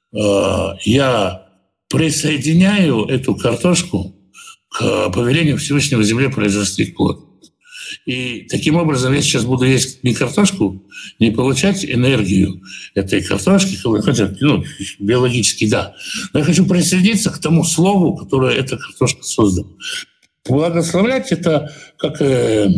[SPEAKER 1] э, я присоединяю эту картошку к повелению Всевышнего земле произрастить плод. И таким образом я сейчас буду есть не картошку, не получать энергию этой картошки, хотя, ну, биологически да, но я хочу присоединиться к тому слову, которое эта картошка создала. Благословлять — это как э,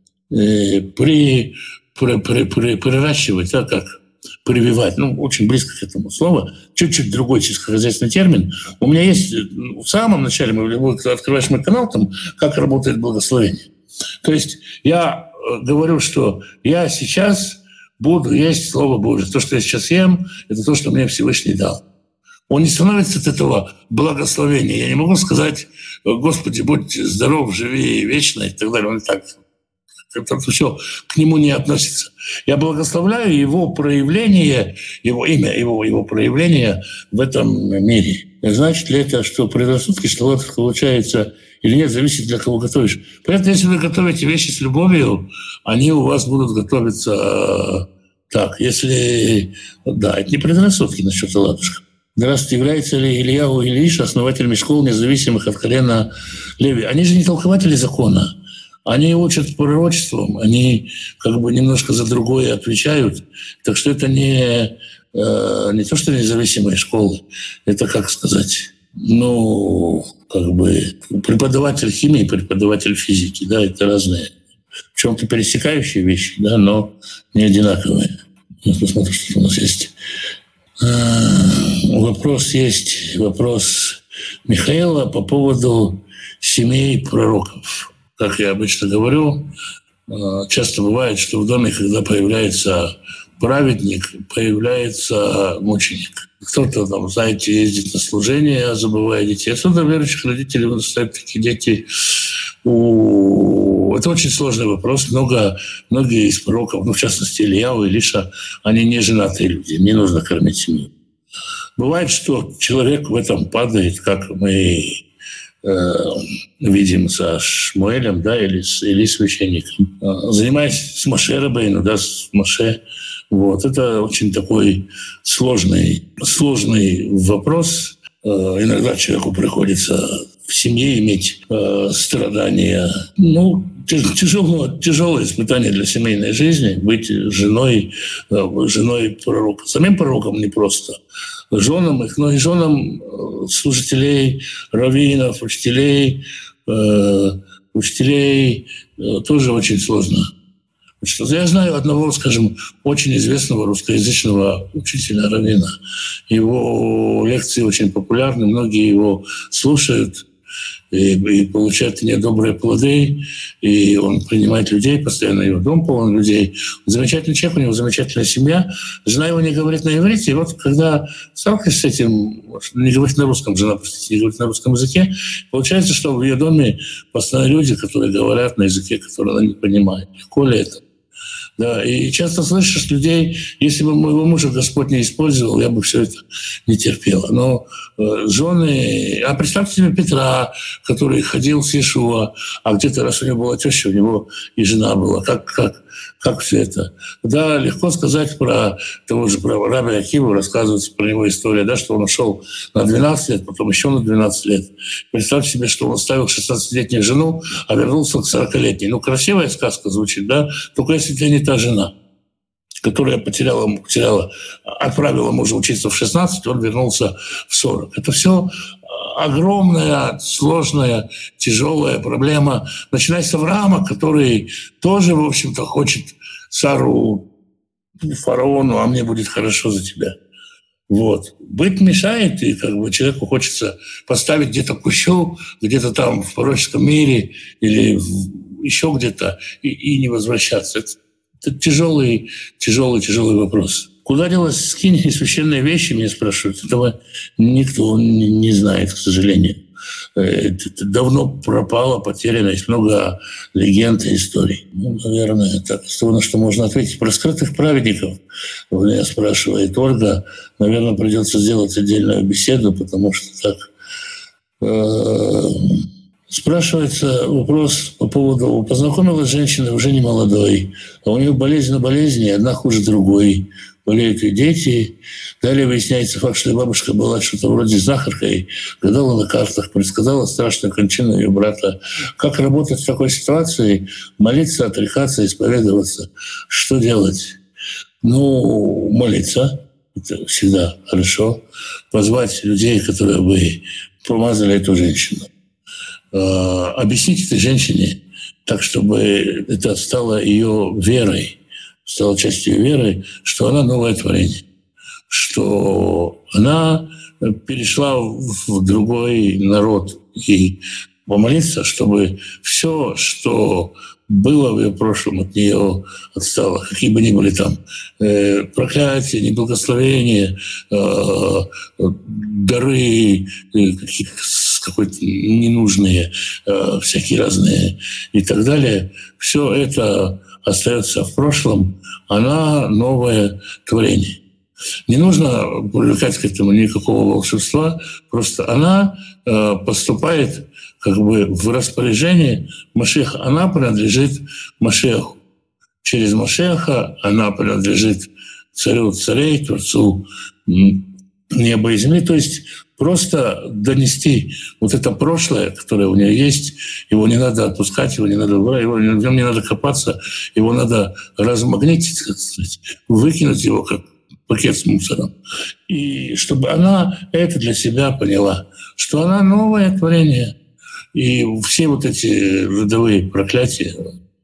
[SPEAKER 1] э, при, при, при, при, приращивать, да, как прививать, ну, очень близко к этому слову, чуть-чуть другой сельскохозяйственный термин. У меня есть в самом начале, мы открываешь мой канал, там, как работает благословение. То есть я говорю, что я сейчас буду есть Слово Божие. То, что я сейчас ем, это то, что мне Всевышний дал. Он не становится от этого благословения. Я не могу сказать, Господи, будь здоров, живи вечно и так далее. Он и так, это все к нему не относится. Я благословляю его проявление, его имя, его, его проявление в этом мире. Значит ли это, что предрассудки, что вот получается или нет, зависит, для кого готовишь. Понятно, если вы готовите вещи с любовью, они у вас будут готовиться э, так. Если... Да, это не предрассудки насчет ладушек. Здравствуйте, является ли Ильяу и Илиша основателями школ, независимых от колена Леви? Они же не толкователи закона. Они учат пророчеством, они как бы немножко за другое отвечают. Так что это не, э, не то, что независимые школы. Это, как сказать, ну, как бы преподаватель химии, преподаватель физики, да, это разные, в чем-то пересекающие вещи, да, но не одинаковые. Я посмотрю, что у нас есть. Вопрос есть, вопрос Михаила по поводу семей пророков. Как я обычно говорю, часто бывает, что в доме, когда появляется праведник, появляется мученик. Кто-то там, знаете, ездит на служение, забывая детей. Отсюда верующих родителей вырастают такие дети. Это очень сложный вопрос. Много, многие из пророков, ну, в частности, Ильяу, Илиша, они не женатые люди, им не нужно кормить семью. Бывает, что человек в этом падает, как мы э, видим со Шмуэлем, да, или с, или священником. Занимаясь с Моше Рабейну, да, с Моше. Вот. Это очень такой сложный, сложный вопрос. Иногда человеку приходится в семье иметь э, страдания. Ну, тяжелое, тяжелое испытание для семейной жизни быть женой, э, женой пророка. Самим пророкам непросто. Женам их, но и женам э, служителей, раввинов, учителей, э, учителей э, тоже очень сложно. Что я знаю одного, скажем, очень известного русскоязычного учителя раввина. Его лекции очень популярны, многие его слушают и, и получают недобрые плоды, и он принимает людей, постоянно его дом полон людей. Он замечательный человек, у него замечательная семья. Жена его не говорит на иврите, и вот когда сталкиваешься с этим, не говорит на русском, жена, простите, не говорит на русском языке, получается, что в ее доме постоянно люди, которые говорят на языке, который она не понимает. Легко ли это? Да, и часто слышишь людей, если бы моего мужа Господь не использовал, я бы все это не терпела. Но э, жены... А представьте себе Петра, который ходил с Иешуа, а где-то раз у него была теща, у него и жена была. Как, как, как все это? Да, легко сказать про того же про раби Акиву, рассказывается про него история, да, что он ушел на двенадцать лет, потом еще на двенадцать лет. Представьте себе, что он оставил шестнадцатилетнюю жену, а вернулся к сорокалетней. Ну, красивая сказка звучит, да? Только если это не та жена, которая потеряла, потеряла, отправила мужа учиться в шестнадцать, он вернулся в сорок. Это все огромная, сложная, тяжелая проблема, начиная с Авраама, который тоже, в общем-то, хочет Сару, фараону, а мне будет хорошо за тебя. Вот. Быт мешает, и как бы человеку хочется поставить где-то кущу, где-то там в пророческом мире или в, еще где-то, и, и не возвращаться. Это, это тяжелый, тяжелый, тяжелый вопрос. Куда делась скинь и священные вещи, меня спрашивают. Этого никто не, не знает, к сожалению. Это давно пропало, потеряно. Есть много легенд и историй. Ну, наверное, так. Из того, на что можно ответить. Про скрытых праведников меня спрашивает Ольга. Наверное, придется сделать отдельную беседу, потому что так... Э- Спрашивается вопрос по поводу... Познакомилась женщина уже не молодой, а у нее болезнь на болезни, одна хуже другой. Болеют и дети. Далее выясняется факт, что бабушка была что-то вроде знахаркой, гадала на картах, предсказала страшную кончину ее брата. Как работать в такой ситуации? Молиться, отрекаться, исповедоваться. Что делать? Ну, молиться. Это всегда хорошо. Позвать людей, которые бы помазали эту женщину. Объяснить этой женщине так, чтобы это стало ее верой, стало частью ее веры, что она новое творение, что она перешла в другой народ, и помолиться, чтобы все, что было в ее прошлом, от нее отстало, какие бы ни были там э, проклятия, неблагословения, э, дары, э, какой-то ненужные, э, всякие разные и так далее. Все это остается в прошлом, она новое творение. Не нужно привлекать к этому никакого волшебства, просто она э, поступает как бы в распоряжение Машеха. Она принадлежит Машеху. Через Машеха она принадлежит царю царей, Творцу неба и земли. То есть просто донести вот это прошлое, которое у нее есть, его не надо отпускать, его не надо брать, его, в нем не надо копаться, его надо размагнитить, так сказать, выкинуть его как пакет с мусором. И чтобы она это для себя поняла, что она новое творение. И все вот эти родовые проклятия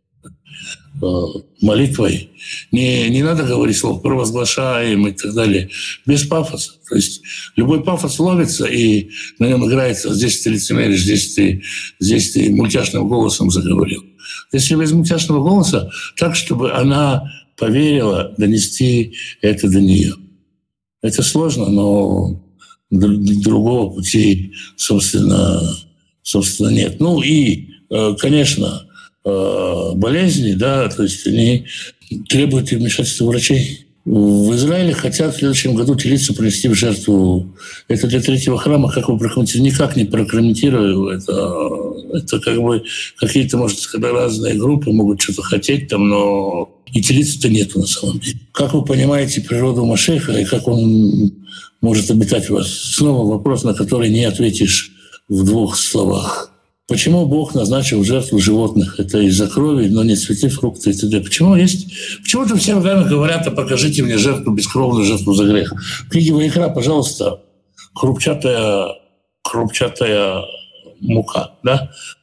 [SPEAKER 1] молитвой, не, не надо говорить слов «провозглашаем» и так далее, без пафоса. То есть любой пафос ловится, и на нем играется «здесь ты лицемеришь, здесь ты, здесь ты мультяшным голосом заговорил». Если без мультяшного голоса, так, чтобы она поверила, донести это до нее. Это сложно, но другого пути, собственно, собственно, нет. Ну и, конечно, болезни, да, то есть они требуют вмешательства врачей. В Израиле хотят в следующем году телицу принести в жертву. Это для третьего храма, как вы прокомментируете? Никак не прокомментирую. Это, это как бы какие-то, может, когда разные группы могут что-то хотеть там, но и телицы-то нету на самом деле. Как вы понимаете природу Машеха и как он может обитать у вас? Снова вопрос, на который не ответишь в двух словах. Почему Бог назначил жертву животных? Это из-за крови, но не цветы, фрукты и т.д. Почему есть? Почему-то все время говорят, а покажите мне жертву бескровную, жертву за грех. В книге Ваикра, пожалуйста, хрупчатая, хрупчатая мука, да?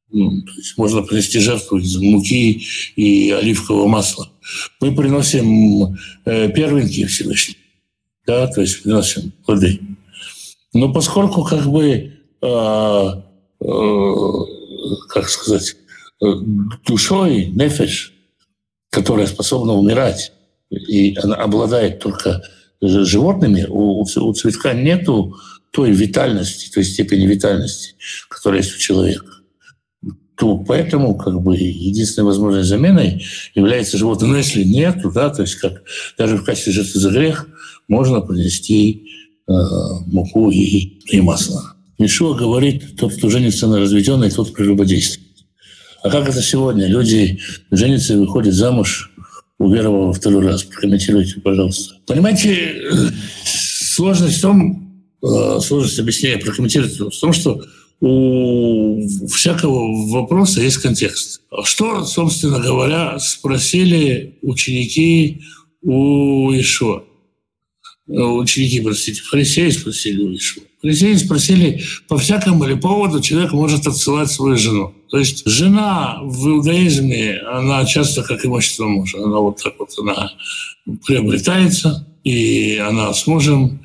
[SPEAKER 1] Ну, то есть можно принести жертву из муки и оливкового масла. Мы приносим э, первенки Всевышнему, да, то есть приносим плоды. Но поскольку как бы, э, э, как сказать, э, душой, нефеш, которая способна умирать, и она обладает только животными, у, у цветка нету той витальности, той степени витальности, которая есть у человека. То поэтому как бы единственной возможной заменой является животное. Но если нет, да, то есть как даже в качестве жертвы за грех можно принести э, муку и, и масло. Ишуа говорит, тот, кто женится на разведенной, тот прелюбодействует. А как это сегодня? Люди женятся и выходят замуж, уверовав во второй раз. Прокомментируйте, пожалуйста. Понимаете, сложность в том, э, сложность объяснения, прокомментируйте, в том, что у всякого вопроса есть контекст. Что, собственно говоря, спросили ученики у Ишуа? Ученики, простите, фарисеи спросили у Ишуа. Фарисеи спросили, по всякому ли поводу человек может отсылать свою жену. То есть жена в иудаизме, она часто как имущество мужа. Она вот так вот она приобретается, и она с мужем.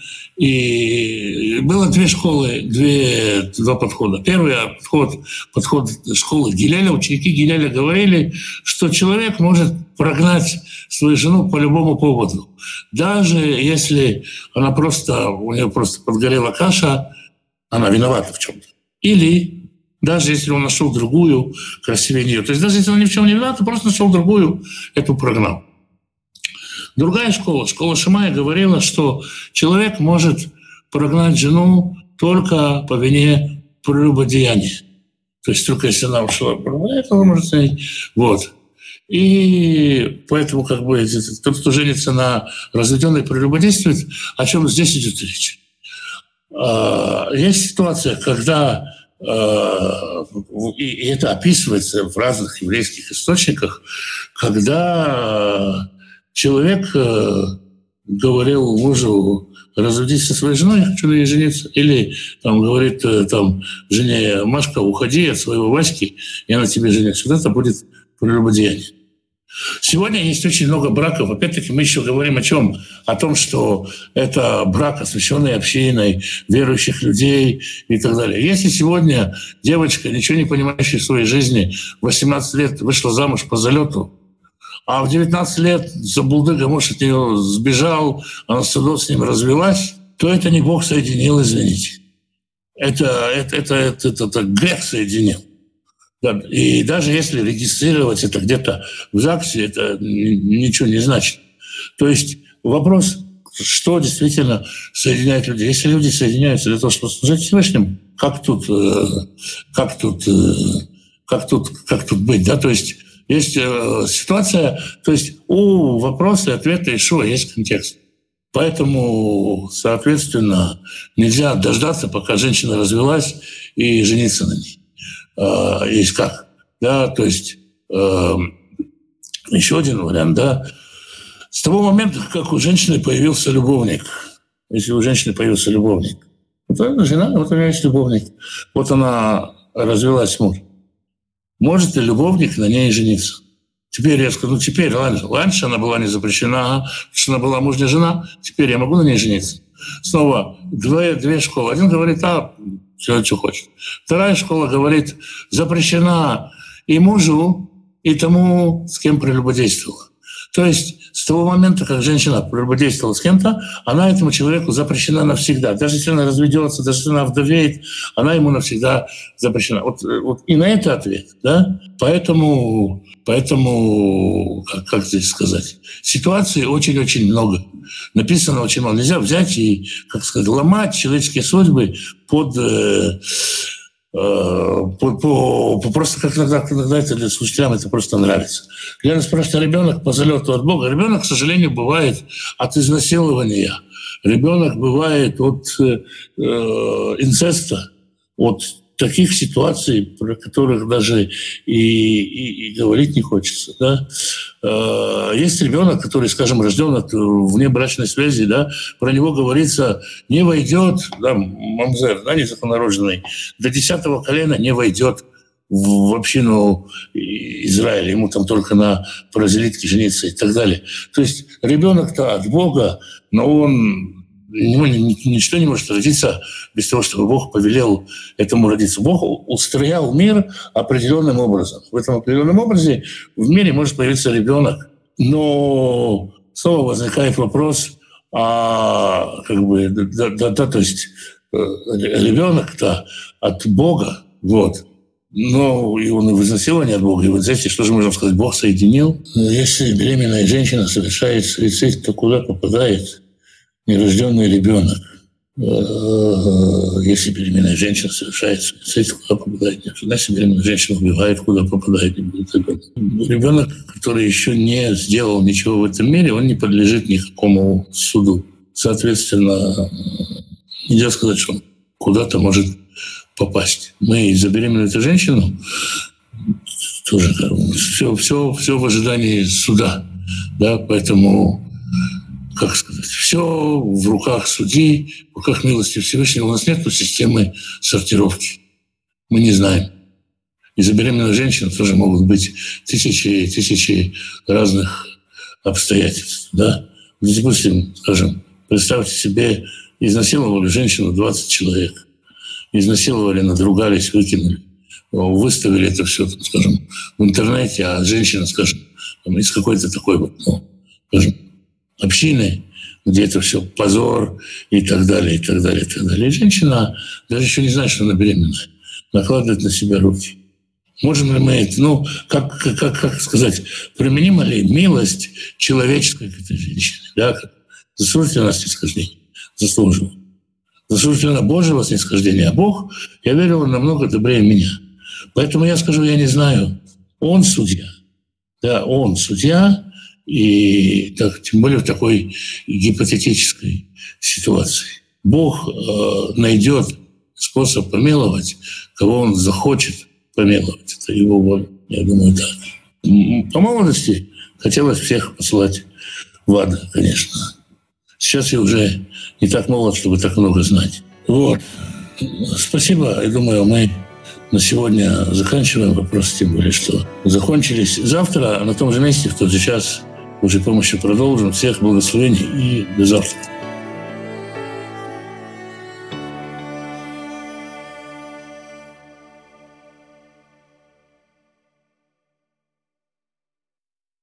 [SPEAKER 1] И было две школы, две, два подхода. Первый подход, подход школы Гилеля. Ученики Гилеля говорили, что человек может прогнать свою жену по любому поводу. Даже если она просто, у нее просто подгорела каша, она виновата в чем-то. Или даже если он нашел другую красивее нее. То есть даже если он ни в чем не виноват, он просто нашел другую, эту прогнал. Другая школа, школа Шимая, говорила, что человек может прогнать жену только по вине прелюбодеяния. То есть только если она ушла, это он может снять. Вот. И поэтому как бы тот, кто женится на разведенной, прелюбодействует, о чем здесь идет речь. Есть ситуация, когда, и это описывается в разных еврейских источниках, когда человек э, говорил мужу, разведись со своей женой, я хочу на ней жениться. Или там, говорит э, там, жене, Машка, уходи от своего Васьки, я на тебе женюсь. Вот это будет прелюбодеяние. Сегодня есть очень много браков. Опять-таки мы еще говорим о чем? О том, что это брак, освященный общиной, верующих людей и так далее. Если сегодня девочка, ничего не понимающая в своей жизни, восемнадцать лет вышла замуж по залету, а в девятнадцать лет забулдыга муж от нее сбежал, она судом с ним развелась, то это не Бог соединил, извините. Это, это, это, это, это, это грех соединил. И даже если регистрировать это где-то в ЗАГСе, это ничего не значит. То есть вопрос, что действительно соединяет людей. Если люди соединяются для того, чтобы служить Всевышнему, как тут, как тут, как тут, как тут быть, да? То есть есть э, ситуация, то есть у вопроса и ответа Ишуа есть контекст. Поэтому, соответственно, нельзя дождаться, пока женщина развелась, и жениться на ней. Э, есть как? Да, то есть э, еще один вариант, да. С того момента, как у женщины появился любовник, если у женщины появился любовник, вот она жена, вот у нее есть любовник, вот она развелась с мужем. Может ли любовник на ней жениться? Теперь я скажу, ну теперь, раньше, раньше она была не запрещена, потому что она была мужняя жена, теперь я могу на ней жениться. Снова две, две школы. Один говорит, а, все, что хочет. Вторая школа говорит, запрещена и мужу, и тому, с кем прелюбодействовала. То есть с того момента, как женщина прелюбодействовала с кем-то, она этому человеку запрещена навсегда. Даже если она разведется, даже если она вдовеет, она ему навсегда запрещена. Вот, вот и на это ответ. Да? Поэтому, поэтому как, как здесь сказать, ситуаций очень-очень много. Написано очень мало. Нельзя взять и, как сказать, ломать человеческие судьбы под... Э, По, по, по, просто как иногда, иногда это для слушателям это просто нравится. Когда нас спрашивают, ребенок по залету от Бога, ребенок, к сожалению, бывает от изнасилования, ребенок бывает от э, инцеста, от таких ситуаций, про которых даже и, и, и говорить не хочется. Да? Есть ребенок, который, скажем, рожден от внебрачной связи, да, про него говорится, не войдет, да, мамзер, да, незаконнорожденный, до десятого колена не войдет в общину Израиля, ему там только на паразелитке жениться и так далее. То есть ребенок-то от Бога, но он ему ничто не может родиться без того, чтобы Бог повелел этому родиться. Бог устроял мир определенным образом. В этом определенном образе в мире может появиться ребенок. Но снова возникает вопрос, а как бы, да, да, да, то есть ребенок-то от Бога, вот. Но и он и в изнасиловании от Бога. И вот здесь, что же можно сказать, Бог соединил. Если беременная женщина совершает суицид, то куда попадает нерожденный ребенок? Если беременная женщина совершает суицид, куда попадает нерожденный? Если беременная женщина убивает, куда попадает ребенок? Ребенок, который еще не сделал ничего в этом мире, он не подлежит никакому суду. Соответственно, нельзя сказать, что он куда-то может попасть. Мы за беременную эту женщину тоже все, все, все в ожидании суда. Да? Поэтому, как сказать, все в руках судьи, в руках милости Всевышнего. У нас нет системы сортировки. Мы не знаем. И за беременную женщину тоже могут быть тысячи и тысячи разных обстоятельств. Да? Допустим, скажем, представьте себе, изнасиловали женщину двадцать человек. Изнасиловали, надругались, выкинули, выставили это все, скажем, в интернете, а женщина, скажем, из какой-то такой вот, ну, скажем, общины, где это все позор и так далее, и так далее, и так далее. И женщина даже еще не знает, что она беременная, накладывает на себя руки. Можем ли мы это, ну, как, как, как, как сказать, применима ли милость человеческая к этой женщине, да, заслужит ли она снисхождение? Заслужила. Заслужит ли она Божьего снисхождения? А Бог, я верю, он намного добрее меня. Поэтому я скажу, я не знаю. Он судья. Да, он судья, и так, тем более в такой гипотетической ситуации. Бог э, найдет способ помиловать, кого он захочет помиловать. Это его воля. Я думаю, так. По молодости хотелось всех посылать в ад, конечно. Сейчас я уже не так молод, чтобы так много знать. Вот. Спасибо. Я думаю, мы на сегодня заканчиваем вопросы, тем более, что закончились. Завтра на том же месте, в тот же час, Божьей помощью продолжим. Всех благословений и до завтра.